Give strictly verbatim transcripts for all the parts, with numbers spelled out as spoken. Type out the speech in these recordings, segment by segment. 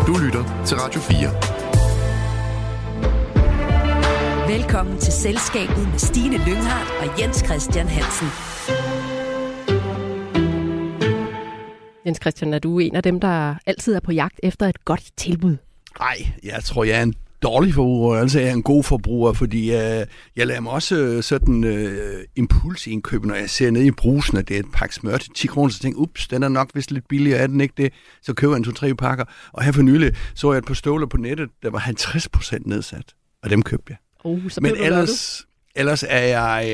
Du lytter til Radio fire. Velkommen til Selskabet med Stine Lynghardt og Jens Christian Hansen. Jens Christian, er du en af dem, der altid er på jagt efter et godt tilbud? Nej, jeg tror, jeg er en dårlig forbruger, altså jeg er en god forbruger, fordi øh, jeg lader mig også øh, sådan øh, impulsindkøb, når jeg ser ned i brusen, at det er et pakke smør til ti kroner, så tænker jeg, ups, den er nok vist lidt billigere, er den ikke det? Så køber jeg en to-tre pakker, og her for nylig så jeg et par støvler på nettet, der var halvtreds procent nedsat, og dem købte jeg. Uh, så Men ellers, ellers er jeg,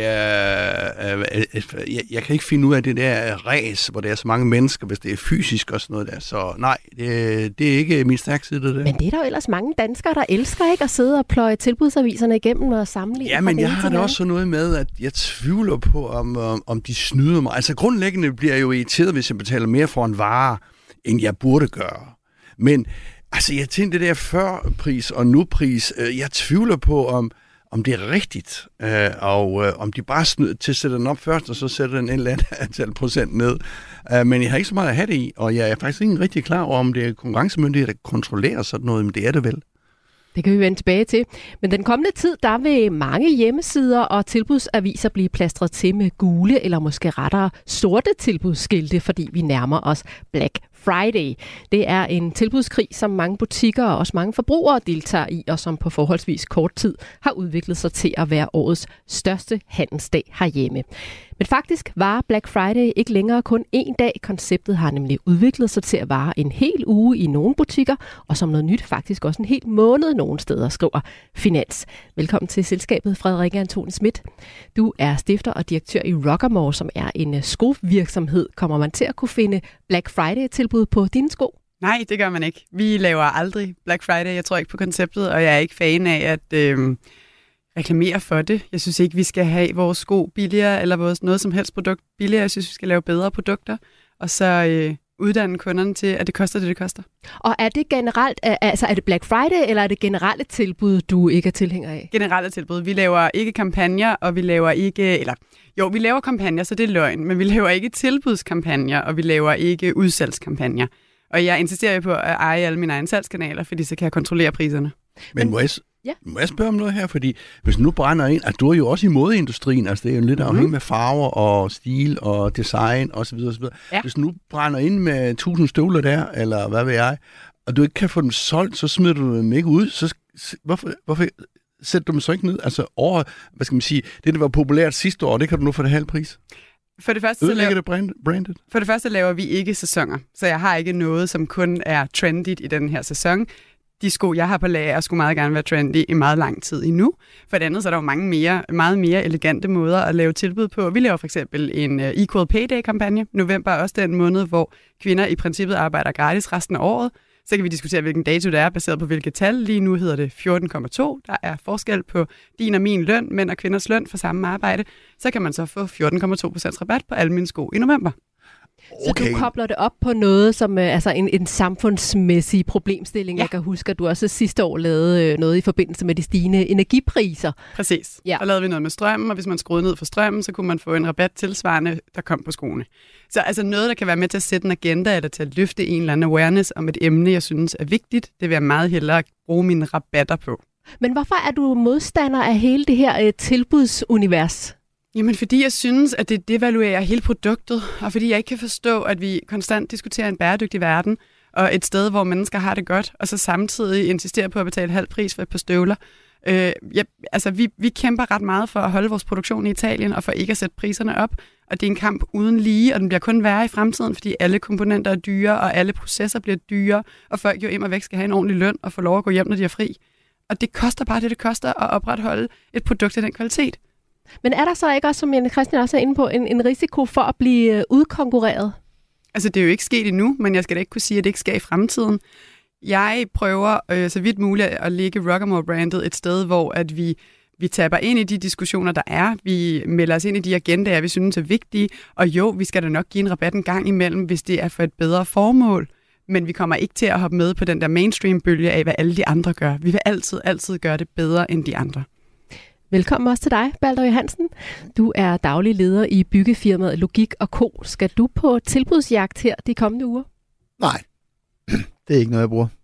øh, øh, øh, jeg, jeg kan ikke finde ud af det der race, hvor der er så mange mennesker, hvis det er fysisk og sådan noget der. Så nej, det, det er ikke min stærke side, det der. Men det er der jo ellers mange danskere, der elsker, ikke? At sidde og pløje tilbudsaviserne igennem og sammenligne. Ja, men jeg har da også sådan noget med, at jeg tvivler på, om, om, om de snyder mig. Altså grundlæggende bliver jeg jo irriteret, hvis jeg betaler mere for en vare, end jeg burde gøre. Men altså, jeg tænkte det der før-pris og nu-pris. Øh, jeg tvivler på, om, om det er rigtigt, øh, og øh, om de bare snød til at sætte den op først, og så sætter den en eller anden antal procent ned. Øh, men jeg har ikke så meget at have det i, og jeg er faktisk ikke rigtig klar over, om det er konkurrencemyndigheder, der kontrollerer sådan noget, men det er det vel. Det kan vi vende tilbage til. Men den kommende tid, der vil mange hjemmesider og tilbudsaviser blive plastret til med gule, eller måske rettere sorte tilbudsskilte, fordi vi nærmer os Black Friday. Det er en tilbudskrig, som mange butikker og også mange forbrugere deltager i, og som på forholdsvis kort tid har udviklet sig til at være årets største handelsdag herhjemme. Men faktisk var Black Friday ikke længere kun én dag. Konceptet har nemlig udviklet sig til at vare en hel uge i nogle butikker, og som noget nyt faktisk også en hel måned nogle steder, skriver Finans. Velkommen til selskabet, Frederikke Antoni Schmidt. Du er stifter og direktør i Rockamore, som er en skovirksomhed. Kommer man til at kunne finde Black Friday-tilbud på dine sko? Nej, det gør man ikke. Vi laver aldrig Black Friday. Jeg tror ikke på konceptet, og jeg er ikke fan af at øh, reklamere for det. Jeg synes ikke, vi skal have vores sko billigere, eller vores noget som helst produkt billigere. Jeg synes, vi skal lave bedre produkter, og så øh, uddanne kunderne til, at det koster det, det koster. Og er det generelt, altså er det Black Friday, eller er det generelle tilbud, du ikke er tilhænger af? Generelle tilbud. Vi laver ikke kampagner, og vi laver ikke, eller jo, vi laver kampagner, så det er løgn, men vi laver ikke tilbudskampagner, og vi laver ikke udsalgskampagner. Og jeg insisterer jo på at eje alle mine egne salgskanaler, fordi så kan jeg kontrollere priserne. Men må jeg, ja. må jeg spørge om noget her? Fordi hvis nu brænder ind, at du er jo også i modeindustrien, altså det er jo lidt afhængigt mm-hmm. med farver og stil og design osv. osv. Ja. Hvis nu brænder ind med tusind støvler der, eller hvad ved jeg, og du ikke kan få dem solgt, så smider du dem ikke ud, så hvorfor, hvorfor sætter du dem så ikke ned? Altså over, hvad skal man sige, det der var populært sidste år, det kan du nu få det halv pris. For det, første, så laver, det brand, branded? For det første laver vi ikke sæsoner, så jeg har ikke noget, som kun er trendigt i den her sæson. De sko, jeg har på lager, skulle meget gerne være trendy i meget lang tid endnu. For det andet, så er der jo mange mere, meget mere elegante måder at lave tilbud på. Vi laver for eksempel en Equal Pay Day-kampagne. November er også den måned, hvor kvinder i princippet arbejder gratis resten af året. Så kan vi diskutere, hvilken dato det er, baseret på hvilke tal. Lige nu hedder det fjorten komma to. Der er forskel på din og min løn, mænd og kvinders løn for samme arbejde. Så kan man så få fjorten komma to procent rabat på alle mine sko i november. Okay. Så du kobler det op på noget som øh, altså en, en samfundsmæssig problemstilling. Ja. Jeg kan huske, at du også sidste år lavede øh, noget i forbindelse med de stigende energipriser. Præcis. Ja. Der lavede vi noget med strømmen, og hvis man skruede ned for strømmen, så kunne man få en rabat tilsvarende, der kom på skoene. Så altså noget, der kan være med til at sætte en agenda, eller til at løfte en eller anden awareness om et emne, jeg synes er vigtigt, det vil jeg meget hellere bruge mine rabatter på. Men hvorfor er du modstander af hele det her øh, tilbudsunivers? Jamen, fordi jeg synes, at det devaluerer hele produktet, og fordi jeg ikke kan forstå, at vi konstant diskuterer en bæredygtig verden, og et sted, hvor mennesker har det godt, og så samtidig insisterer på at betale halv pris for et par støvler. Øh, ja, altså, vi, vi kæmper ret meget for at holde vores produktion i Italien, og for ikke at sætte priserne op, og det er en kamp uden lige, og den bliver kun værre i fremtiden, fordi alle komponenter er dyre, og alle processer bliver dyre, og folk jo immer væk skal have en ordentlig løn, og få lov at gå hjem, når de er fri. Og det koster bare det, det koster at opretholde et produkt af den kvalitet. Men er der så ikke også, som Jens Christian også er inde på, en, en risiko for at blive udkonkurreret? Altså, det er jo ikke sket endnu, men jeg skal da ikke kunne sige, at det ikke sker i fremtiden. Jeg prøver øh, så vidt muligt at lægge Rockamore-brandet et sted, hvor at vi, vi taber ind i de diskussioner, der er. Vi melder os ind i de agendaer, vi synes er vigtige. Og jo, vi skal da nok give en rabat en gang imellem, hvis det er for et bedre formål. Men vi kommer ikke til at hoppe med på den der mainstream-bølge af, hvad alle de andre gør. Vi vil altid, altid gøre det bedre end de andre. Velkommen også til dig, Balder Johansen. Du er daglig leder i byggefirmaet Logik og Co. Skal du på tilbudsjagt her de kommende uger? Nej, det er ikke noget, jeg bruger.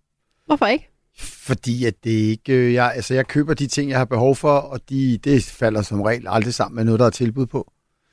Hvorfor ikke? Fordi at det ikke... Jeg, altså, jeg køber de ting, jeg har behov for, og de, det falder som regel aldrig sammen med noget, der er tilbud på.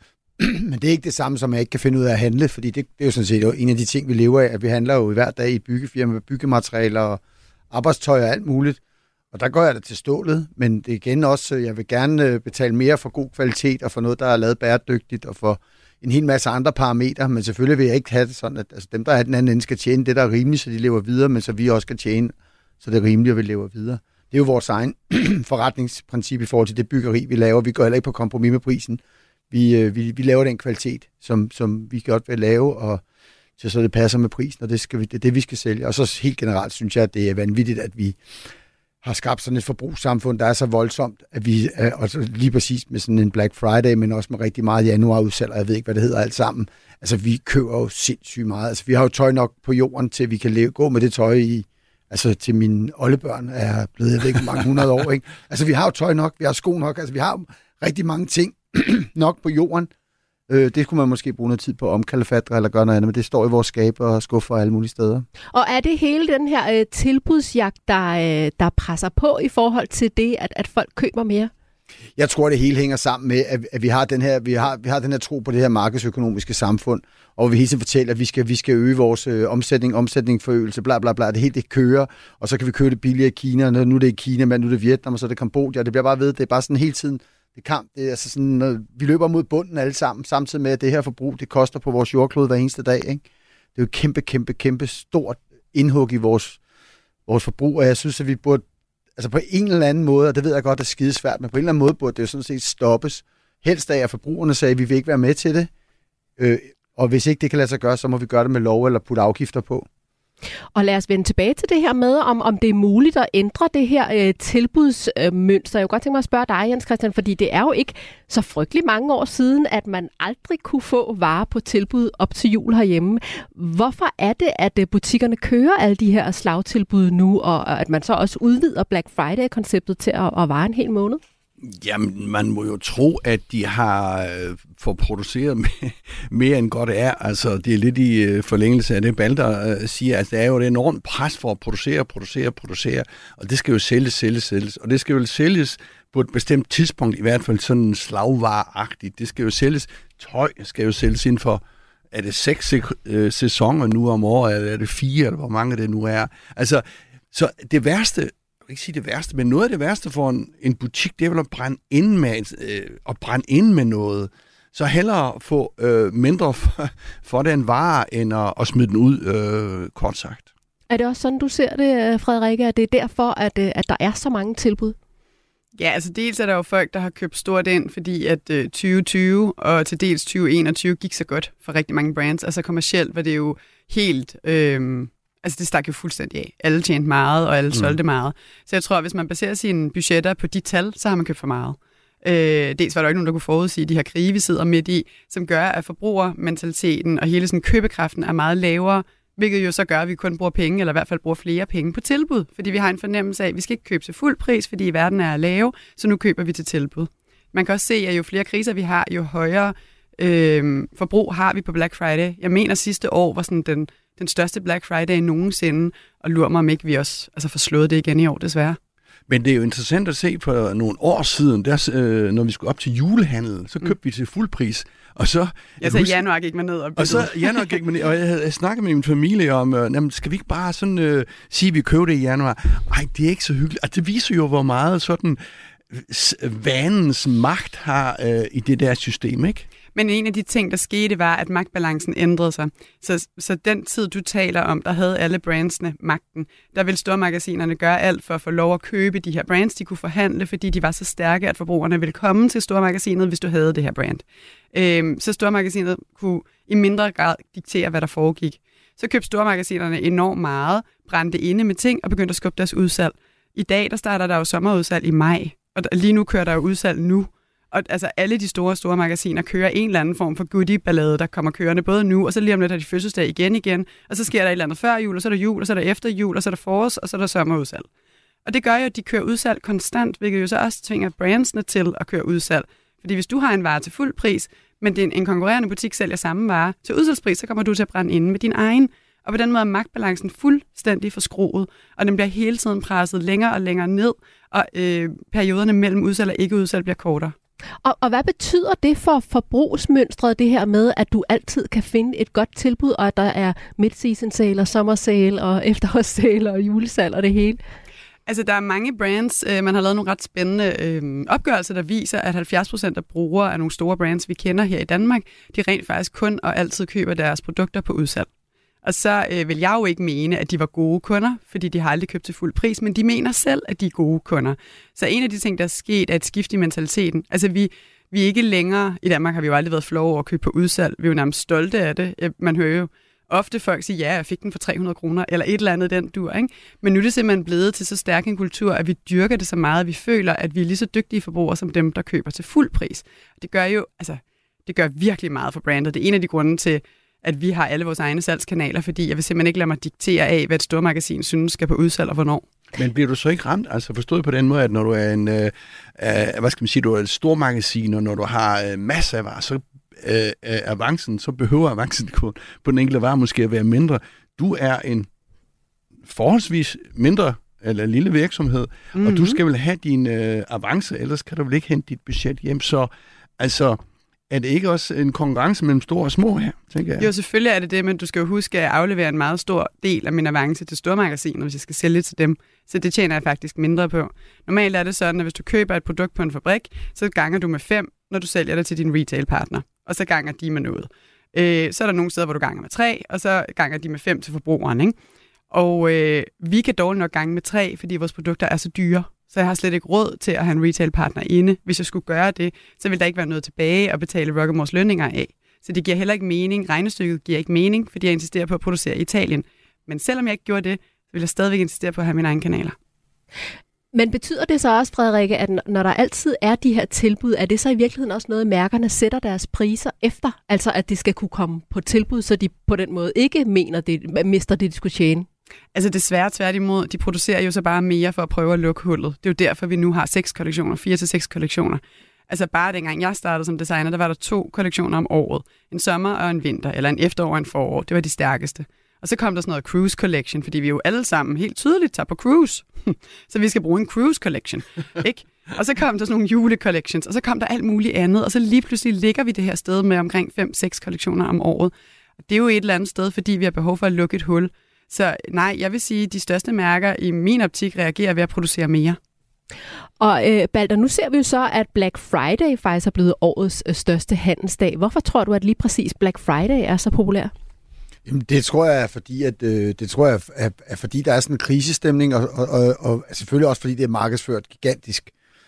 Men det er ikke det samme, som jeg ikke kan finde ud af at handle, fordi det, det er jo sådan set en af de ting, vi lever af, at vi handler jo hver dag i et byggefirma med byggematerialer og arbejdstøj og alt muligt. Og der går jeg da til stålet, men det er igen også, jeg vil gerne betale mere for god kvalitet og for noget, der er lavet bæredygtigt og for en hel masse andre parametre, men selvfølgelig vil jeg ikke have det sådan, at altså, dem, der er den anden ende, skal tjene det, der er rimeligt, så de lever videre, men så vi også skal tjene, så det er rimeligt, at vi lever videre. Det er jo vores egen forretningsprincip i forhold til det byggeri, vi laver. Vi går heller ikke på kompromis med prisen. Vi, vi, vi laver den kvalitet, som, som vi godt vil lave, og så, så det passer med prisen, og det, skal vi, det er det, vi skal sælge. Og så helt generelt synes jeg, at det er vanvittigt, at vi har skabt sådan et forbrugssamfund, der er så voldsomt, at vi, og lige præcis med sådan en Black Friday, men også med rigtig meget januarudsalg, og jeg ved ikke, hvad det hedder alt sammen. Altså, vi køber jo sindssygt meget. Altså, vi har jo tøj nok på jorden, til vi kan leve, gå med det tøj i, altså til mine oldebørn er blevet, jeg ved ikke, mange hundrede år, ikke? Altså, vi har jo tøj nok, vi har sko nok, altså, vi har jo rigtig mange ting nok på jorden. Øh, det kunne man måske bruge noget tid på at omkalfatre eller gøre noget andet, men det står i vores skab og skuffer alle mulige steder. Og er det hele den her øh, tilbudsjagt, der, øh, der presser på i forhold til det, at, at folk køber mere? Jeg tror, det hele hænger sammen med, at, at vi har den her, vi har, vi har den her tro på det her markedsøkonomiske samfund, og vi hele tiden fortæller, at vi skal, vi skal øge vores øh, omsætning, omsætningsforøgelse, bla bla bla, det hele det kører, og så kan vi købe det billigere i Kina, og nu er det i Kina, men nu er det Vietnam, og så er det Kambodja, det bliver bare ved, det er bare sådan hele tiden, det kamp, det er altså sådan, vi løber mod bunden alle sammen, samtidig med, at det her forbrug, det koster på vores jordklode hver eneste dag, ikke? Det er jo et kæmpe, kæmpe, kæmpe stort indhug i vores, vores forbrug, og jeg synes, at vi burde, altså på en eller anden måde, og det ved jeg godt, det er skidesvært, men på en eller anden måde burde det jo sådan set stoppes. Helst af, at forbrugerne sagde, at vi vil ikke være med til det, øh, og hvis ikke det kan lade sig gøre, så må vi gøre det med lov eller putte afgifter på. Og lad os vende tilbage til det her med, om, om det er muligt at ændre det her øh, tilbudsmønster. Øh, jeg kunne godt tænke mig at spørge dig, Jens Christian, fordi det er jo ikke så frygtelig mange år siden, at man aldrig kunne få varer på tilbud op til jul herhjemme. Hvorfor er det, at butikkerne kører alle de her slagtilbud nu, og at man så også udvider Black Friday-konceptet til at, at vare en hel måned? Jamen, man må jo tro, at de har øh, fået produceret mere, mere end godt er. Altså, det er lidt i øh, forlængelse af det, Balder øh, siger, at der er jo et enormt pres for at producere, producere, producere, og det skal jo sælges, sælges, sælges. Og det skal jo sælges på et bestemt tidspunkt, i hvert fald sådan slagvareagtigt. Det skal jo sælges, tøj skal jo sælges inden for, er det seks øh, sæsoner nu om året, eller er det fire, eller hvor mange det nu er. Altså, så det værste, jeg vil ikke sige det værste, men noget af det værste for en, en butik, det er vel at brænde ind med, øh, at brænde ind med noget. Så hellere få øh, mindre for, for den vare, end at, at smide den ud, øh, kort sagt. Er det også sådan, du ser det, Frederikke, at det er derfor, at, at der er så mange tilbud? Ja, altså dels er der jo folk, der har købt stort ind, fordi at øh, tyve tyve og til dels tyve enogtyve gik så godt for rigtig mange brands. Altså kommercielt var det jo helt... Øh, Altså det stak jo fuldstændig af. Alle tjente meget, og alle mm. solgte meget. Så jeg tror, at hvis man baserer sine budgetter på de tal, så har man købt for meget. Øh, dels var der ikke nogen, der kunne forudsige de her krige, vi sidder midt i, som gør, at forbrugermentaliteten og hele sådan købekraften er meget lavere, hvilket jo så gør, at vi kun bruger penge, eller i hvert fald bruger flere penge på tilbud. Fordi vi har en fornemmelse af, at vi skal ikke købe til fuld pris, fordi verden er lav, så nu køber vi til tilbud. Man kan også se, at jo flere kriser vi har, jo højere øh, forbrug har vi på Black Friday. Jeg mener sidste år var sådan den den største Black Friday nogensinde, og lurer mig om ikke vi også altså får slået det igen i år, desværre. Men det er jo interessant at se, for nogle år siden, der, øh, når vi skulle op til julehandel, så købte mm. vi til fuld pris. Og så, ja, så huske, januar gik man ned og Og så januar gik man ned, og jeg havde snakket med min familie om, øh, jamen, skal vi ikke bare sådan øh, sige, at vi køber det i januar? Ej, det er ikke så hyggeligt. Og det viser jo, hvor meget sådan vanens magt har øh, i det der system, ikke? Men en af de ting, der skete, var, at magtbalancen ændrede sig. Så, så den tid, du taler om, der havde alle brandsene magten. Der ville stormagasinerne gøre alt for at få lov at købe de her brands, de kunne forhandle, fordi de var så stærke, at forbrugerne ville komme til stormagasinet, hvis du havde det her brand. Øhm, så stormagasinet kunne i mindre grad diktere, hvad der foregik. Så købte stormagasinerne enormt meget, brændte inde med ting og begyndte at skubbe deres udsalg. I dag, der starter der jo sommerudsalg i maj, og lige nu kører der jo udsalg nu. Og altså alle de store, store magasiner kører en eller anden form for goodie-ballade, der kommer kørende både nu, og så lige om lidt har de fødselsdag igen igen, og så sker der et eller andet før jul, og så er der jul, og så er der efter jul, og så er der forårs, og så er der sommerudsalg. Og det gør jo, at de kører udsalg konstant, hvilket jo så også tvinger brandsene til at køre udsalg. Fordi hvis du har en vare til fuld pris, men det er en konkurrerende butik sælger samme vare til udsalgspris, så kommer du til at brænde inde med din egen. Og på den måde er magtbalancen fuldstændig forskruet, og den bliver hele tiden presset længere og længere ned, og øh, perioderne mellem udsalg og ikke-udsalg bliver kortere. Og, og hvad betyder det for forbrugsmønstret, det her med, at du altid kan finde et godt tilbud, og at der er mid-season sale og sommersale og efterårssale og julesalg og det hele? Altså, der er mange brands. Øh, man har lavet nogle ret spændende øh, opgørelser, der viser, at halvfjerds procent af brugere af nogle store brands, vi kender her i Danmark, de rent faktisk kun og altid køber deres produkter på udsalg. Og så øh, vil jeg jo ikke mene, at de var gode kunder, fordi de har aldrig købt til fuld pris, men de mener selv, at de er gode kunder. Så en af de ting, der er sket, er et skift i mentaliteten. Altså, vi, vi er ikke længere... I Danmark har vi jo aldrig været flove over at købe på udsalg. Vi er jo nærmest stolte af det. Man hører jo ofte folk sige, ja, jeg fik den for tre hundrede kroner, eller et eller andet den dur, ikke? Men nu er det simpelthen blevet til så stærk en kultur, at vi dyrker det så meget, at vi føler, at vi er lige så dygtige forbrugere som dem, der køber til fuld pris. Det gør jo, altså, det gør virkelig meget for brandet. Det er en af de grunde til, at vi har alle vores egne salgskanaler, fordi jeg vil simpelthen ikke lade mig diktere af, hvad et stormagasin synes skal på udsalg og hvornår. Men bliver du så ikke ramt? Altså forstået på den måde, at når du er en, øh, hvad skal man sige, du er et stormagasin, og når du har øh, masser af varer, så øh, avancen, så behøver avancen på, på den enkelte vare måske at være mindre. Du er en forholdsvis mindre eller lille virksomhed, mm-hmm. og du skal vel have din øh, avance, ellers kan du vel ikke hente dit budget hjem. Så altså... Er det ikke også en konkurrence mellem store og små her, tænker jeg? Jo, selvfølgelig er det det, men du skal jo huske at aflevere en meget stor del af min avance til stormagasiner, hvis jeg skal sælge til dem. Så det tjener jeg faktisk mindre på. Normalt er det sådan, at hvis du køber et produkt på en fabrik, så ganger du med fem, når du sælger det til din retailpartner. Og så ganger de med noget. Øh, så er der nogle steder, hvor du ganger med tre, og så ganger de med fem til forbrugeren, ikke? Og øh, vi kan dårligt nok gange med tre, fordi vores produkter er så dyre. Så jeg har slet ikke råd til at have en retailpartner inde. Hvis jeg skulle gøre det, så vil der ikke være noget tilbage at betale Ruccamores lønninger af. Så det giver heller ikke mening. Regnestykket giver ikke mening, fordi jeg insisterer på at producere i Italien. Men selvom jeg ikke gjorde det, så vil jeg stadigvæk insistere på at have mine egne kanaler. Men betyder det så også, Frederikke, at når der altid er de her tilbud, er det så i virkeligheden også noget, mærkerne sætter deres priser efter? Altså at det skal kunne komme på tilbud, så de på den måde ikke mener, det mister det, de skulle tjene? Altså desværre tværtimod, de producerer jo så bare mere for at prøve at lukke hullet. Det er jo derfor, vi nu har seks kollektioner, fire til seks kollektioner. Altså bare dengang jeg startede som designer, der var der to kollektioner om året. En sommer og en vinter, eller en efterår og en forår. Det var de stærkeste. Og så kom der sådan noget cruise collection, fordi vi jo alle sammen helt tydeligt tager på cruise. Så vi skal bruge en cruise collection, ikke? Og så kom der sådan nogle julecollections, og så kom der alt muligt andet, og så lige pludselig ligger vi det her sted med omkring fem seks kollektioner om året. Og det er jo et eller andet sted, fordi vi har behov for at lukke et hul. Så nej, jeg vil sige, at de største mærker i min optik reagerer ved at producere mere. Og øh, Balder, nu ser vi jo så, at Black Friday faktisk er blevet årets øh, største handelsdag. Hvorfor tror du, at lige præcis Black Friday er så populær? Jamen, det tror jeg er fordi, at øh, det tror jeg er, er fordi der er sådan en krisestemning, og, og, og, og selvfølgelig også fordi det er markedsført gigantisk.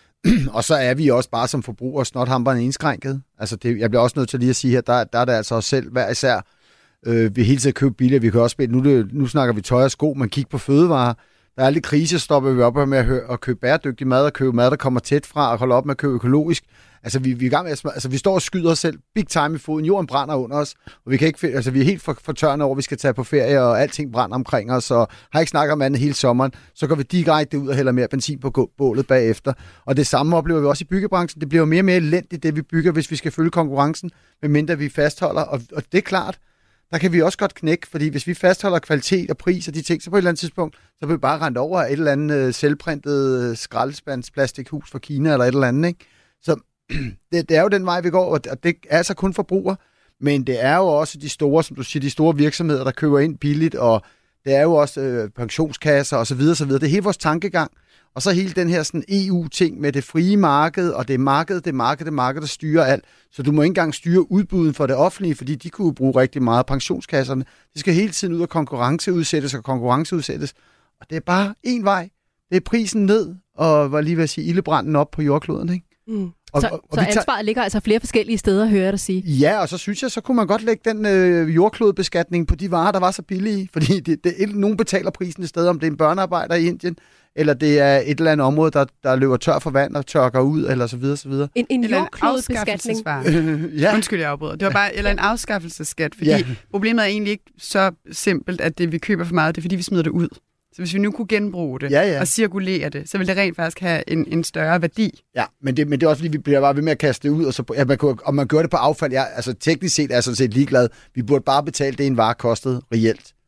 Og så er vi også bare som forbrugere snothamperne indskrænket. Altså det, jeg bliver også nødt til lige at sige her, der, der er det altså os selv hver især. Øh, vi hele tiden køber billigere, vi kan også spille. Nu, det, nu snakker vi tøj og sko, man kigger på fødevarer. Der er aldrig krise, stopper vi op med at, høre, at købe bæredygtig mad, og købe mad, der kommer tæt fra, og holde op med at købe økologisk. Altså vi, vi er i gang med at, altså vi står og skyder os selv big time i foden, jorden brænder under os, og vi kan ikke, altså vi er helt for, fortørnet over, at vi skal tage på ferie, og alting brænder omkring os, og har ikke snakket om andet hele sommeren, så går vi direkte ud og hælder mere benzin på bålet bagefter. Og det samme oplever vi også i byggebranchen. Det bliver jo mere og mere elendigt, det vi bygger, hvis vi skal følge konkurrencen, medmindre vi fastholder, og, og det er klart, der kan vi også godt knække, fordi hvis vi fastholder kvalitet og pris og de ting, så på et eller andet tidspunkt, så vil vi bare rende over et eller andet uh, selvprintet uh, skraldespandsplastik-hus fra Kina eller et eller andet, ikke? Så det, det er jo den vej, vi går, og det er altså kun forbruger, men det er jo også de store, som du siger, de store virksomheder, der køber ind billigt, og det er jo også øh, pensionskasser osv. osv. Det er hele vores tankegang. Og så hele den her sådan E U-ting med det frie marked, og det er markedet, det er markedet, det er markedet, der styrer alt. Så du må ikke engang styre udbuden for det offentlige, fordi de kunne bruge rigtig meget. Pensionskasserne, de skal hele tiden ud og konkurrenceudsættes og konkurrenceudsættes. Og det er bare én vej. Det er prisen ned, og var lige ved at sige, ildebranden op på jordkloden, ikke? Mm. Og, så og, og så ansvaret tager... ligger altså flere forskellige steder, hører jeg dig sige. Ja, og så synes jeg, så kunne man godt lægge den øh, jordklodebeskatning på de varer, der var så billige. Fordi det, det, nogen betaler prisen et sted, om det er en børnearbejder i Indien, eller det er et eller andet område, der, der løber tør for vand og tørker ud, eller så videre, så videre. En, en eller jordklodebeskatning. En ja. Undskyld, jeg afbryder. Det var bare, eller en afskaffelsesskat, fordi ja. Problemet er egentlig ikke så simpelt, at det, vi køber for meget, det er, fordi vi smider det ud. Så hvis vi nu kunne genbruge det ja, ja. og cirkulere det, så ville det rent faktisk have en, en større værdi. Ja, men det, men det er også fordi, vi bliver bare ved med at kaste det ud, og, så, ja, man, og man gør det på affald. Ja, altså teknisk set er jeg sådan set ligeglad. Vi burde bare betale det, en vare kostede reelt.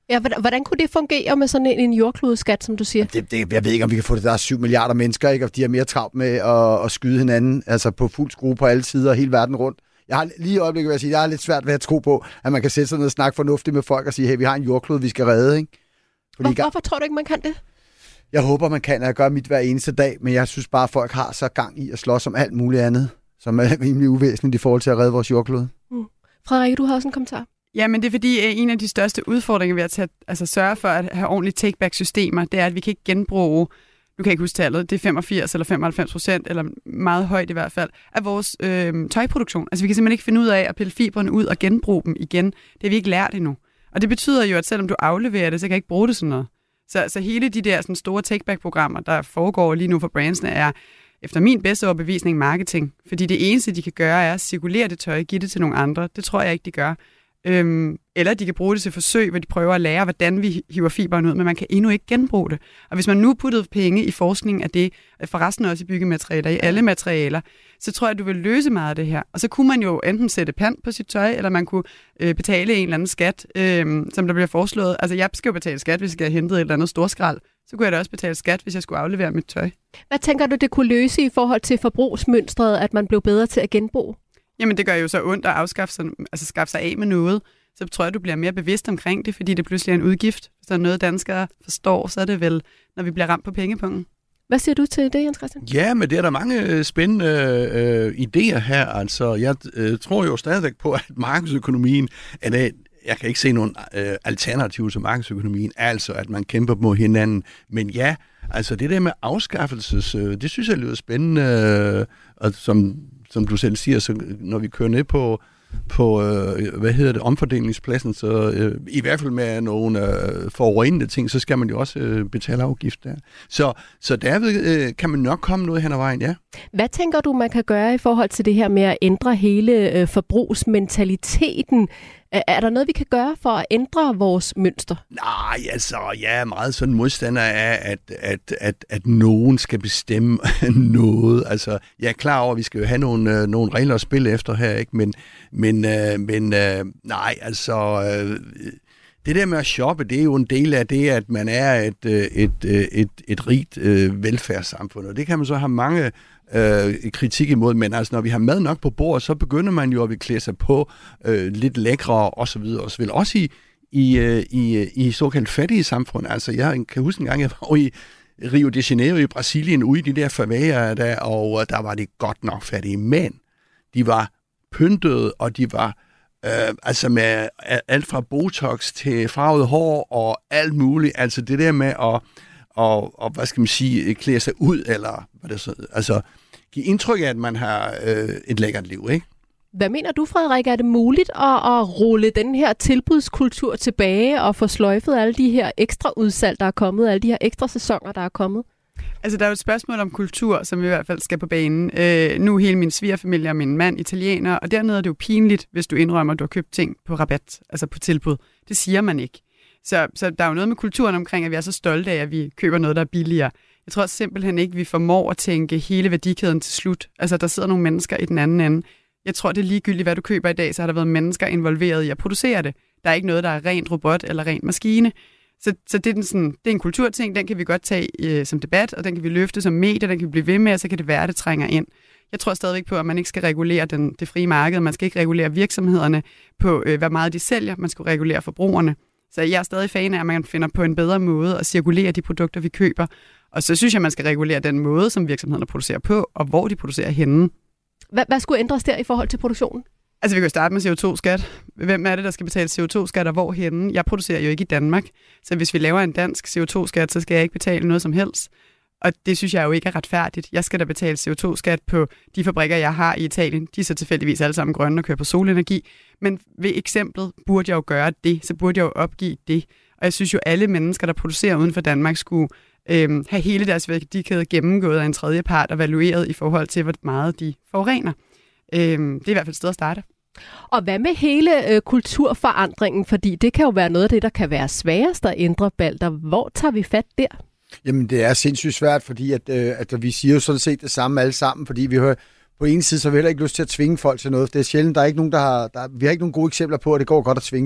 Ja, hvordan, hvordan kunne det fungere med sådan en, en jordklodeskat, som du siger? Det, det, jeg ved ikke, om vi kan få det. Der er syv milliarder mennesker, ikke? Og de har mere travlt med at, at skyde hinanden, altså på fuld skrue på alle sider hele verden rundt. Jeg har lige i øjeblikket, vil jeg sige, jeg har lidt svært ved at tro på, at man kan sætte sig ned og snakke fornuftigt med folk og sige, hey, vi har en jordklode, vi skal redde, ikke? Fordi Hvor, hvorfor tror du ikke, man kan det? Jeg håber, man kan, og jeg gør mit hver eneste dag, men jeg synes bare, at folk har så gang i at slås om alt muligt andet, som er rimelig uvæsentligt i forhold til at redde vores jordklode. Mm. Frederikke, du har også en kommentar. Ja, men det er fordi, en af de største udfordringer ved at tage, altså sørge for at have ordentlige take-back-systemer, det er, at vi kan ikke genbruge, nu kan jeg ikke huske tallet, det er femogfirs eller femoghalvfems procent, eller meget højt i hvert fald, af vores øh, tøjproduktion. Altså vi kan simpelthen ikke finde ud af at pille fibrene ud og genbruge dem igen. Det har vi ikke lært endnu. Og det betyder jo, at selvom du afleverer det, så kan jeg ikke bruge det sådan noget. Så, så hele de der sådan store take-back-programmer, der foregår lige nu for brandsene, er efter min bedste overbevisning marketing. Fordi det eneste, de kan gøre, er at cirkulere det tøj og give det til nogle andre. Det tror jeg ikke, de gør. Øhm, eller de kan bruge det til forsøg, hvor de prøver at lære, hvordan vi hiver fiberen ud, men man kan endnu ikke genbruge det. Og hvis man nu puttede penge i forskning af det, forresten også i byggematerialer, i alle materialer, så tror jeg, at du vil løse meget af det her. Og så kunne man jo enten sætte pant på sit tøj, eller man kunne øh, betale en eller anden skat, øh, som der bliver foreslået. Altså jeg skal jo betale skat, hvis jeg skal have hentet et eller andet storskrald. Så kunne jeg da også betale skat, hvis jeg skulle aflevere mit tøj. Hvad tænker du, det kunne løse i forhold til forbrugsmønstret, at man blev bedre til at genbruge? Jamen det gør jo så ondt at afskaffe sig, altså skaffe sig af med noget. Så tror jeg, du bliver mere bevidst omkring det, fordi det pludselig er en udgift. Hvis der er noget, danskere forstår, så er det vel, når vi bliver ramt på pengepunkten. Hvad siger du til det, Jens Christian? Ja, men det er der mange spændende øh, idéer her. Altså, jeg øh, tror jo stadigvæk på, at markedsøkonomien er det. Jeg kan ikke se nogen øh, alternativ til markedsøkonomien, altså at man kæmper mod hinanden. Men ja, altså det der med afskaffelses, øh, det synes jeg lyder spændende, øh, og som, som du selv siger, så når vi kører ned på, på øh, hvad hedder det, omfordelingspladsen, så øh, i hvert fald med nogle øh, forurenende ting, så skal man jo også øh, betale afgift der. Så, så derved øh, kan man nok komme noget hen ad vejen, ja. Hvad tænker du, man kan gøre i forhold til det her med at ændre hele øh, forbrugsmentaliteten? Er der noget, vi kan gøre for at ændre vores mønster? Nej, altså, jeg er meget sådan modstander af, at, at, at, at nogen skal bestemme noget. Altså, jeg er klar over, at vi skal jo have nogle, øh, nogle regler at spille efter her, ikke? Men, men, øh, men øh, nej, altså, øh, det der med at shoppe, det er jo en del af det, at man er et, et, et, et, et rigt øh, velfærdssamfund, og det kan man så have mange Øh, kritik imod, men altså når vi har mad nok på bordet, så begynder man jo at vi klæde sig på øh, lidt lækre og så videre og så videre. Også i, i, øh, i, i såkaldt fattige samfund. Altså jeg kan huske en gang, jeg var i Rio de Janeiro i Brasilien, ude i de der faveler der, og der var de godt nok fattige, men de var pyntede, og de var øh, altså med alt fra botox til farvet hår og alt muligt. Altså det der med at Og, og hvad skal man sige, klæde sig ud, eller hvad det så, altså give indtryk af, at man har øh, et lækkert liv, ikke? Hvad mener du, Frederik? Er det muligt at, at rulle den her tilbudskultur tilbage og få sløjfet alle de her ekstra udsalg, der er kommet, alle de her ekstra sæsoner, der er kommet? Altså, der er jo et spørgsmål om kultur, som i hvert fald skal på banen. Øh, nu er hele min svigerfamilie og min mand italiener, og dernede er det jo pinligt, hvis du indrømmer, at du har købt ting på rabat, altså på tilbud. Det siger man ikke. Så, så der er jo noget med kulturen omkring, at vi er så stolte af, at vi køber noget, der er billigere. Jeg tror simpelthen ikke, at vi formår at tænke hele værdikæden til slut. Altså, der sidder nogle mennesker i den anden ende. Jeg tror, det er ligegyldigt, hvad du køber i dag, så har der været mennesker involveret i at producere det. Der er ikke noget, der er rent robot eller rent maskine. Så, så det, er den sådan, det er en kulturting, den kan vi godt tage øh, som debat, og den kan vi løfte som medier, den kan vi blive ved med, og så kan det være, at det trænger ind. Jeg tror stadigvæk på, at man ikke skal regulere den, det frie marked, man skal ikke regulere virksomhederne på, øh, hvor meget de sælger, man skal regulere forbrugerne. Så jeg er stadig fan af, at man finder på en bedre måde at cirkulere de produkter, vi køber. Og så synes jeg, at man skal regulere den måde, som virksomhederne producerer på, og hvor de producerer henne. Hvad, hvad skulle ændres der i forhold til produktionen? Altså, vi kan jo starte med C O to skat. Hvem er det, der skal betale C O to skat, og hvor henne? Jeg producerer jo ikke i Danmark. Så hvis vi laver en dansk C O to skat, så skal jeg ikke betale noget som helst. Og det synes jeg jo ikke er retfærdigt. Jeg skal da betale C O to skat på de fabrikker, jeg har i Italien. De er så tilfældigvis alle sammen grønne og kører på solenergi. Men ved eksemplet burde jeg jo gøre det, så burde jeg jo opgive det. Og jeg synes jo, alle mennesker, der producerer uden for Danmark, skulle øhm, have hele deres værdikæde gennemgået af en tredje part og evalueret i forhold til, hvor meget de forurener. Øhm, det er i hvert fald et sted at starte. Og hvad med hele øh, kulturforandringen? Fordi det kan jo være noget af det, der kan være sværest at ændre, Balder. Hvor tager vi fat der? Jamen, det er sindssygt svært, fordi at, øh, at vi siger jo sådan set det samme alle sammen, fordi vi hører på en side, så har vi heller ikke lyst til at tvinge folk til noget. Det er sjældent, der er ikke nogen, der har, der, vi har ikke nogen gode eksempler på, at det går godt at tvinge folk.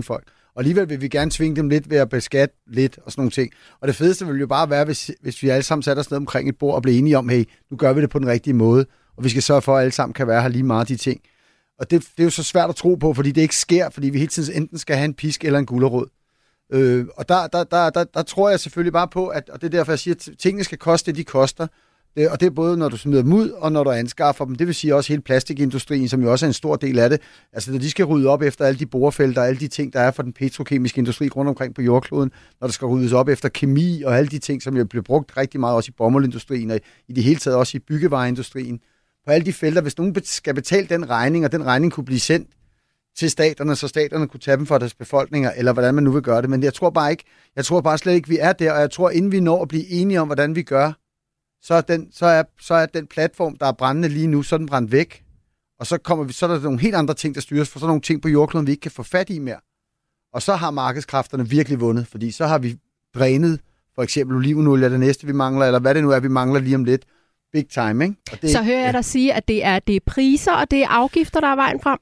Og alligevel vil vi gerne tvinge dem lidt ved at beskatte lidt og sådan nogle ting. Og det fedeste vil jo bare være, hvis, hvis vi alle sammen satte os ned omkring et bord og blev enige om, hey, nu gør vi det på den rigtige måde, og vi skal sørge for, at alle sammen kan være her lige meget de ting. Og det, det er jo så svært at tro på, fordi det ikke sker, fordi vi hele tiden enten skal have en pisk eller en gulerod. Øh, og der, der, der, der, der tror jeg selvfølgelig bare på, at, og det er derfor, jeg siger, at tingene skal koste det, de koster. Det, og det er både, når du smider dem ud, og når du anskaffer dem. Det vil sige også hele plastikindustrien, som jo også er en stor del af det. Altså, når de skal rydde op efter alle de borefelter og alle de ting, der er for den petrokemiske industri rundt omkring på jordkloden, når der skal ryddes op efter kemi og alle de ting, som jo bliver brugt rigtig meget også i bomuldindustrien og i det hele taget også i byggevejeindustrien. På alle de felter, hvis nogen skal betale den regning, og den regning kunne blive sendt til staterne, så staterne kunne tage dem for deres befolkninger, eller hvordan man nu vil gøre det. Men jeg tror bare ikke, jeg tror bare slet ikke, vi er der, og jeg tror, inden vi når at blive enige om, hvordan vi gør, så er den, så er, så er den platform, der er brændende lige nu, så er den brændt væk. Og så, kommer vi, så er der nogle helt andre ting, der styres, for så er nogle ting på jordkloden, vi ikke kan få fat i mere. Og så har markedskræfterne virkelig vundet, fordi så har vi drænet for eksempel olivenolie, det næste, vi mangler, eller hvad det nu er, vi mangler lige om lidt. Big time, ikke? Og det, så hører jeg dig sige, at det er, det er priser, og det er afgifter, der er vejen frem?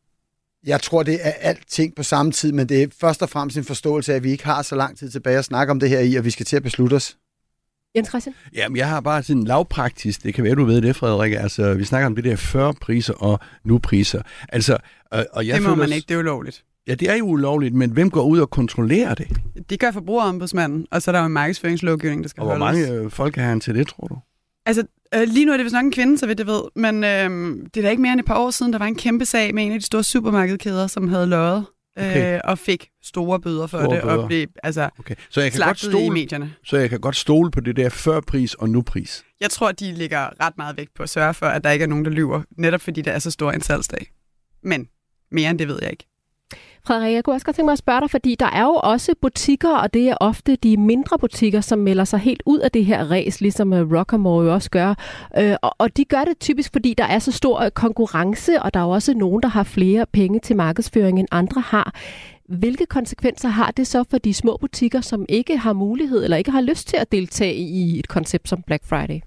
Jeg tror, det er alting på samme tid, men det er først og fremmest en forståelse af, at vi ikke har så lang tid tilbage at snakke om det her i, og vi skal til at beslutte os. Jens Christian? Jamen, jeg har bare sådan lavpraktisk, det kan være, du ved det, Frederik, altså, vi snakker om det der før-priser og nu-priser. Altså, og, og jeg det må føler, man ikke, det er ulovligt. Ja, det er jo ulovligt, men hvem går ud og kontrollerer det? Det gør forbrugerombudsmanden, og så er der jo en markedsføringslovgivning, der skal og holdes. Og hvor mange øh, folk har han til det, tror du? Altså, øh, lige nu er det vist nok en kvinde, så vidt jeg ved, men øh, det er da ikke mere end et par år siden, der var en kæmpe sag med en af de store supermarkedskæder, som havde løjet okay. øh, og fik store bøder for store det, bøder. Og blev altså, okay. Så jeg kan slagtet godt stole, i medierne. Så jeg kan godt stole på det der før-pris og nu-pris? Jeg tror, de ligger ret meget vægt på at sørge for, at der ikke er nogen, der lyver, netop fordi der er så stor en salgsdag. Men mere end det ved jeg ikke. Frederik, jeg kunne også godt tænke mig at spørge dig, fordi der er jo også butikker, og det er ofte de mindre butikker, som melder sig helt ud af det her ræs, ligesom Rockamore jo også gør. Og de gør det typisk, fordi der er så stor konkurrence, og der er jo også nogen, der har flere penge til markedsføring, end andre har. Hvilke konsekvenser har det så for de små butikker, som ikke har mulighed eller ikke har lyst til at deltage i et koncept som Black Friday?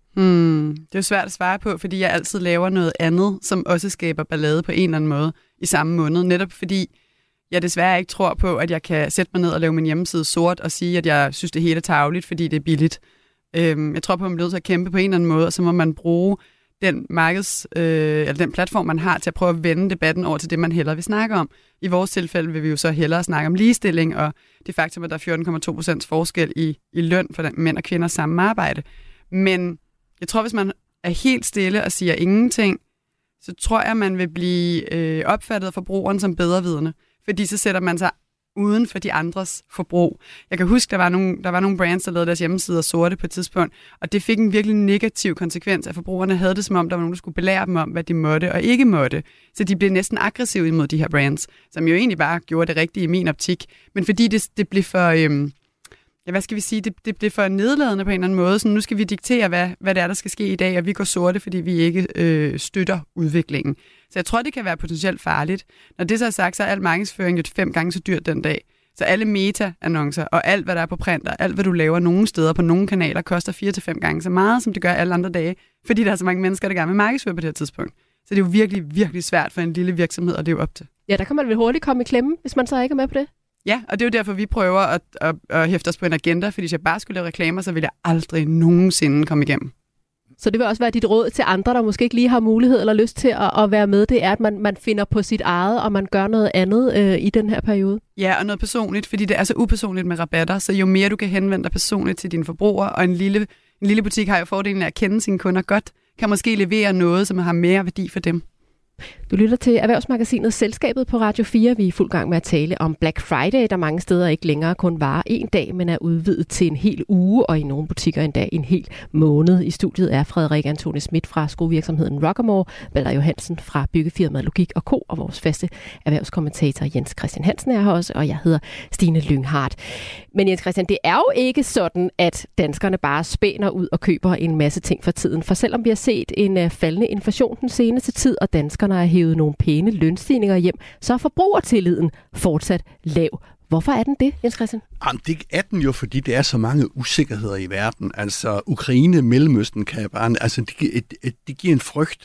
Hmm, det er jo svært at svare på, fordi jeg altid laver noget andet, som også skaber ballade på en eller anden måde i samme måned. Netop fordi jeg desværre ikke tror på, at jeg kan sætte mig ned og lave min hjemmeside sort og sige, at jeg synes, det hele er tarveligt, fordi det er billigt. Øhm, jeg tror på, at man bliver nødt til at kæmpe på en eller anden måde, og så må man bruge den markeds, øh, eller den platform, man har til at prøve at vende debatten over til det, man hellere vil snakke om. I vores tilfælde vil vi jo så hellere snakke om ligestilling, og det faktum, at der er fjorten komma to procent forskel i, i løn for mænd og kvinder samme arbejde. Men jeg tror, hvis man er helt stille og siger ingenting, så tror jeg, man vil blive øh, opfattet af forbrugeren som bedrevidende. Fordi så sætter man sig uden for de andres forbrug. Jeg kan huske, der var nogle, der var nogle brands, der lavede deres hjemmesider sorte på et tidspunkt, og det fik en virkelig negativ konsekvens, at forbrugerne havde det som om, der var nogen, der skulle belære dem om, hvad de måtte og ikke måtte. Så de blev næsten aggressive imod de her brands, som jo egentlig bare gjorde det rigtige i min optik. Men fordi det, det blev for... Øhm, ja, hvad skal vi sige, det, det bliver for nedladende på en eller anden måde, så nu skal vi diktere, hvad, hvad det er, der skal ske i dag, og vi går sorte, fordi vi ikke øh, støtter udviklingen. Så jeg tror, det kan være potentielt farligt. Når det så er sagt, så er al markedsføring jo fem gange så dyrt den dag. Så alle meta-annoncer og alt, hvad der er på print, og alt, hvad du laver nogle steder på nogle kanaler, koster fire til fem gange så meget, som det gør alle andre dage, fordi der er så mange mennesker, der gerne vil markedsføre på det her tidspunkt. Så det er jo virkelig, virkelig svært for en lille virksomhed at leve op til. Ja, der kan man vel hurtigt komme i klemme, hvis man så ikke er med på det. Ja, og det er jo derfor, vi prøver at, at, at hæfte os på en agenda, fordi hvis jeg bare skulle lave reklamer, så ville jeg aldrig nogensinde komme igennem. Så det vil også være dit råd til andre, der måske ikke lige har mulighed eller lyst til at, at være med, det er, at man, man finder på sit eget, og man gør noget andet øh, i den her periode? Ja, og noget personligt, fordi det er så upersonligt med rabatter, så jo mere du kan henvende dig personligt til dine forbrugere, og en lille, en lille butik har jo fordelen af at kende sine kunder godt, kan måske levere noget, som har mere værdi for dem. Du lytter til Erhvervsmagasinet Selskabet på Radio fire. Vi er i fuld gang med at tale om Black Friday, der mange steder ikke længere kun varer en dag, men er udvidet til en hel uge, og i nogle butikker endda en hel måned. I studiet er Frederik Antoni Schmidt fra skovirksomheden Rockamore, Valder Johansen fra byggefirmaet Logik og Co. og vores faste erhvervskommentator Jens Christian Hansen er her også, og jeg hedder Stine Lynghardt. Men Jens Christian, det er jo ikke sådan, at danskerne bare spænder ud og køber en masse ting for tiden. For selvom vi har set en faldende inflation den seneste tid, og danskerne har hævet nogle pæne lønstigninger hjem, så er forbrugertilliden fortsat lav. Hvorfor er den det, Jens Christian? Jamen, det er den jo, fordi der er så mange usikkerheder i verden. Altså, Ukraine, Mellemøsten kan bare... Altså, det, det, det giver en frygt.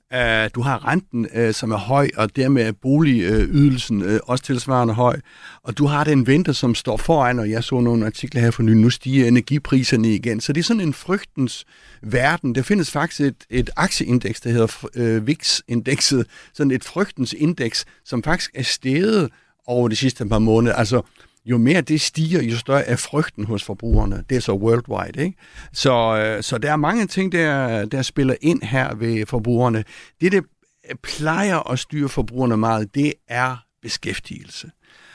Uh, du har renten, uh, som er høj, og dermed er boligydelsen uh, også tilsvarende høj. Og du har den vinter, som står foran, og jeg så nogle artikler her for nylig, nu stiger energipriserne igen. Så det er sådan en frygtens verden. Der findes faktisk et, et aktieindeks, der hedder uh, V I X-indekset, sådan et frygtens indeks, som faktisk er steget over de sidste par måneder. Altså, jo mere det stiger, jo større er frygten hos forbrugerne. Det er så worldwide, ikke? Så, så der er mange ting, der, der spiller ind her ved forbrugerne. Det, der plejer at styre forbrugerne meget, det er beskæftigelse.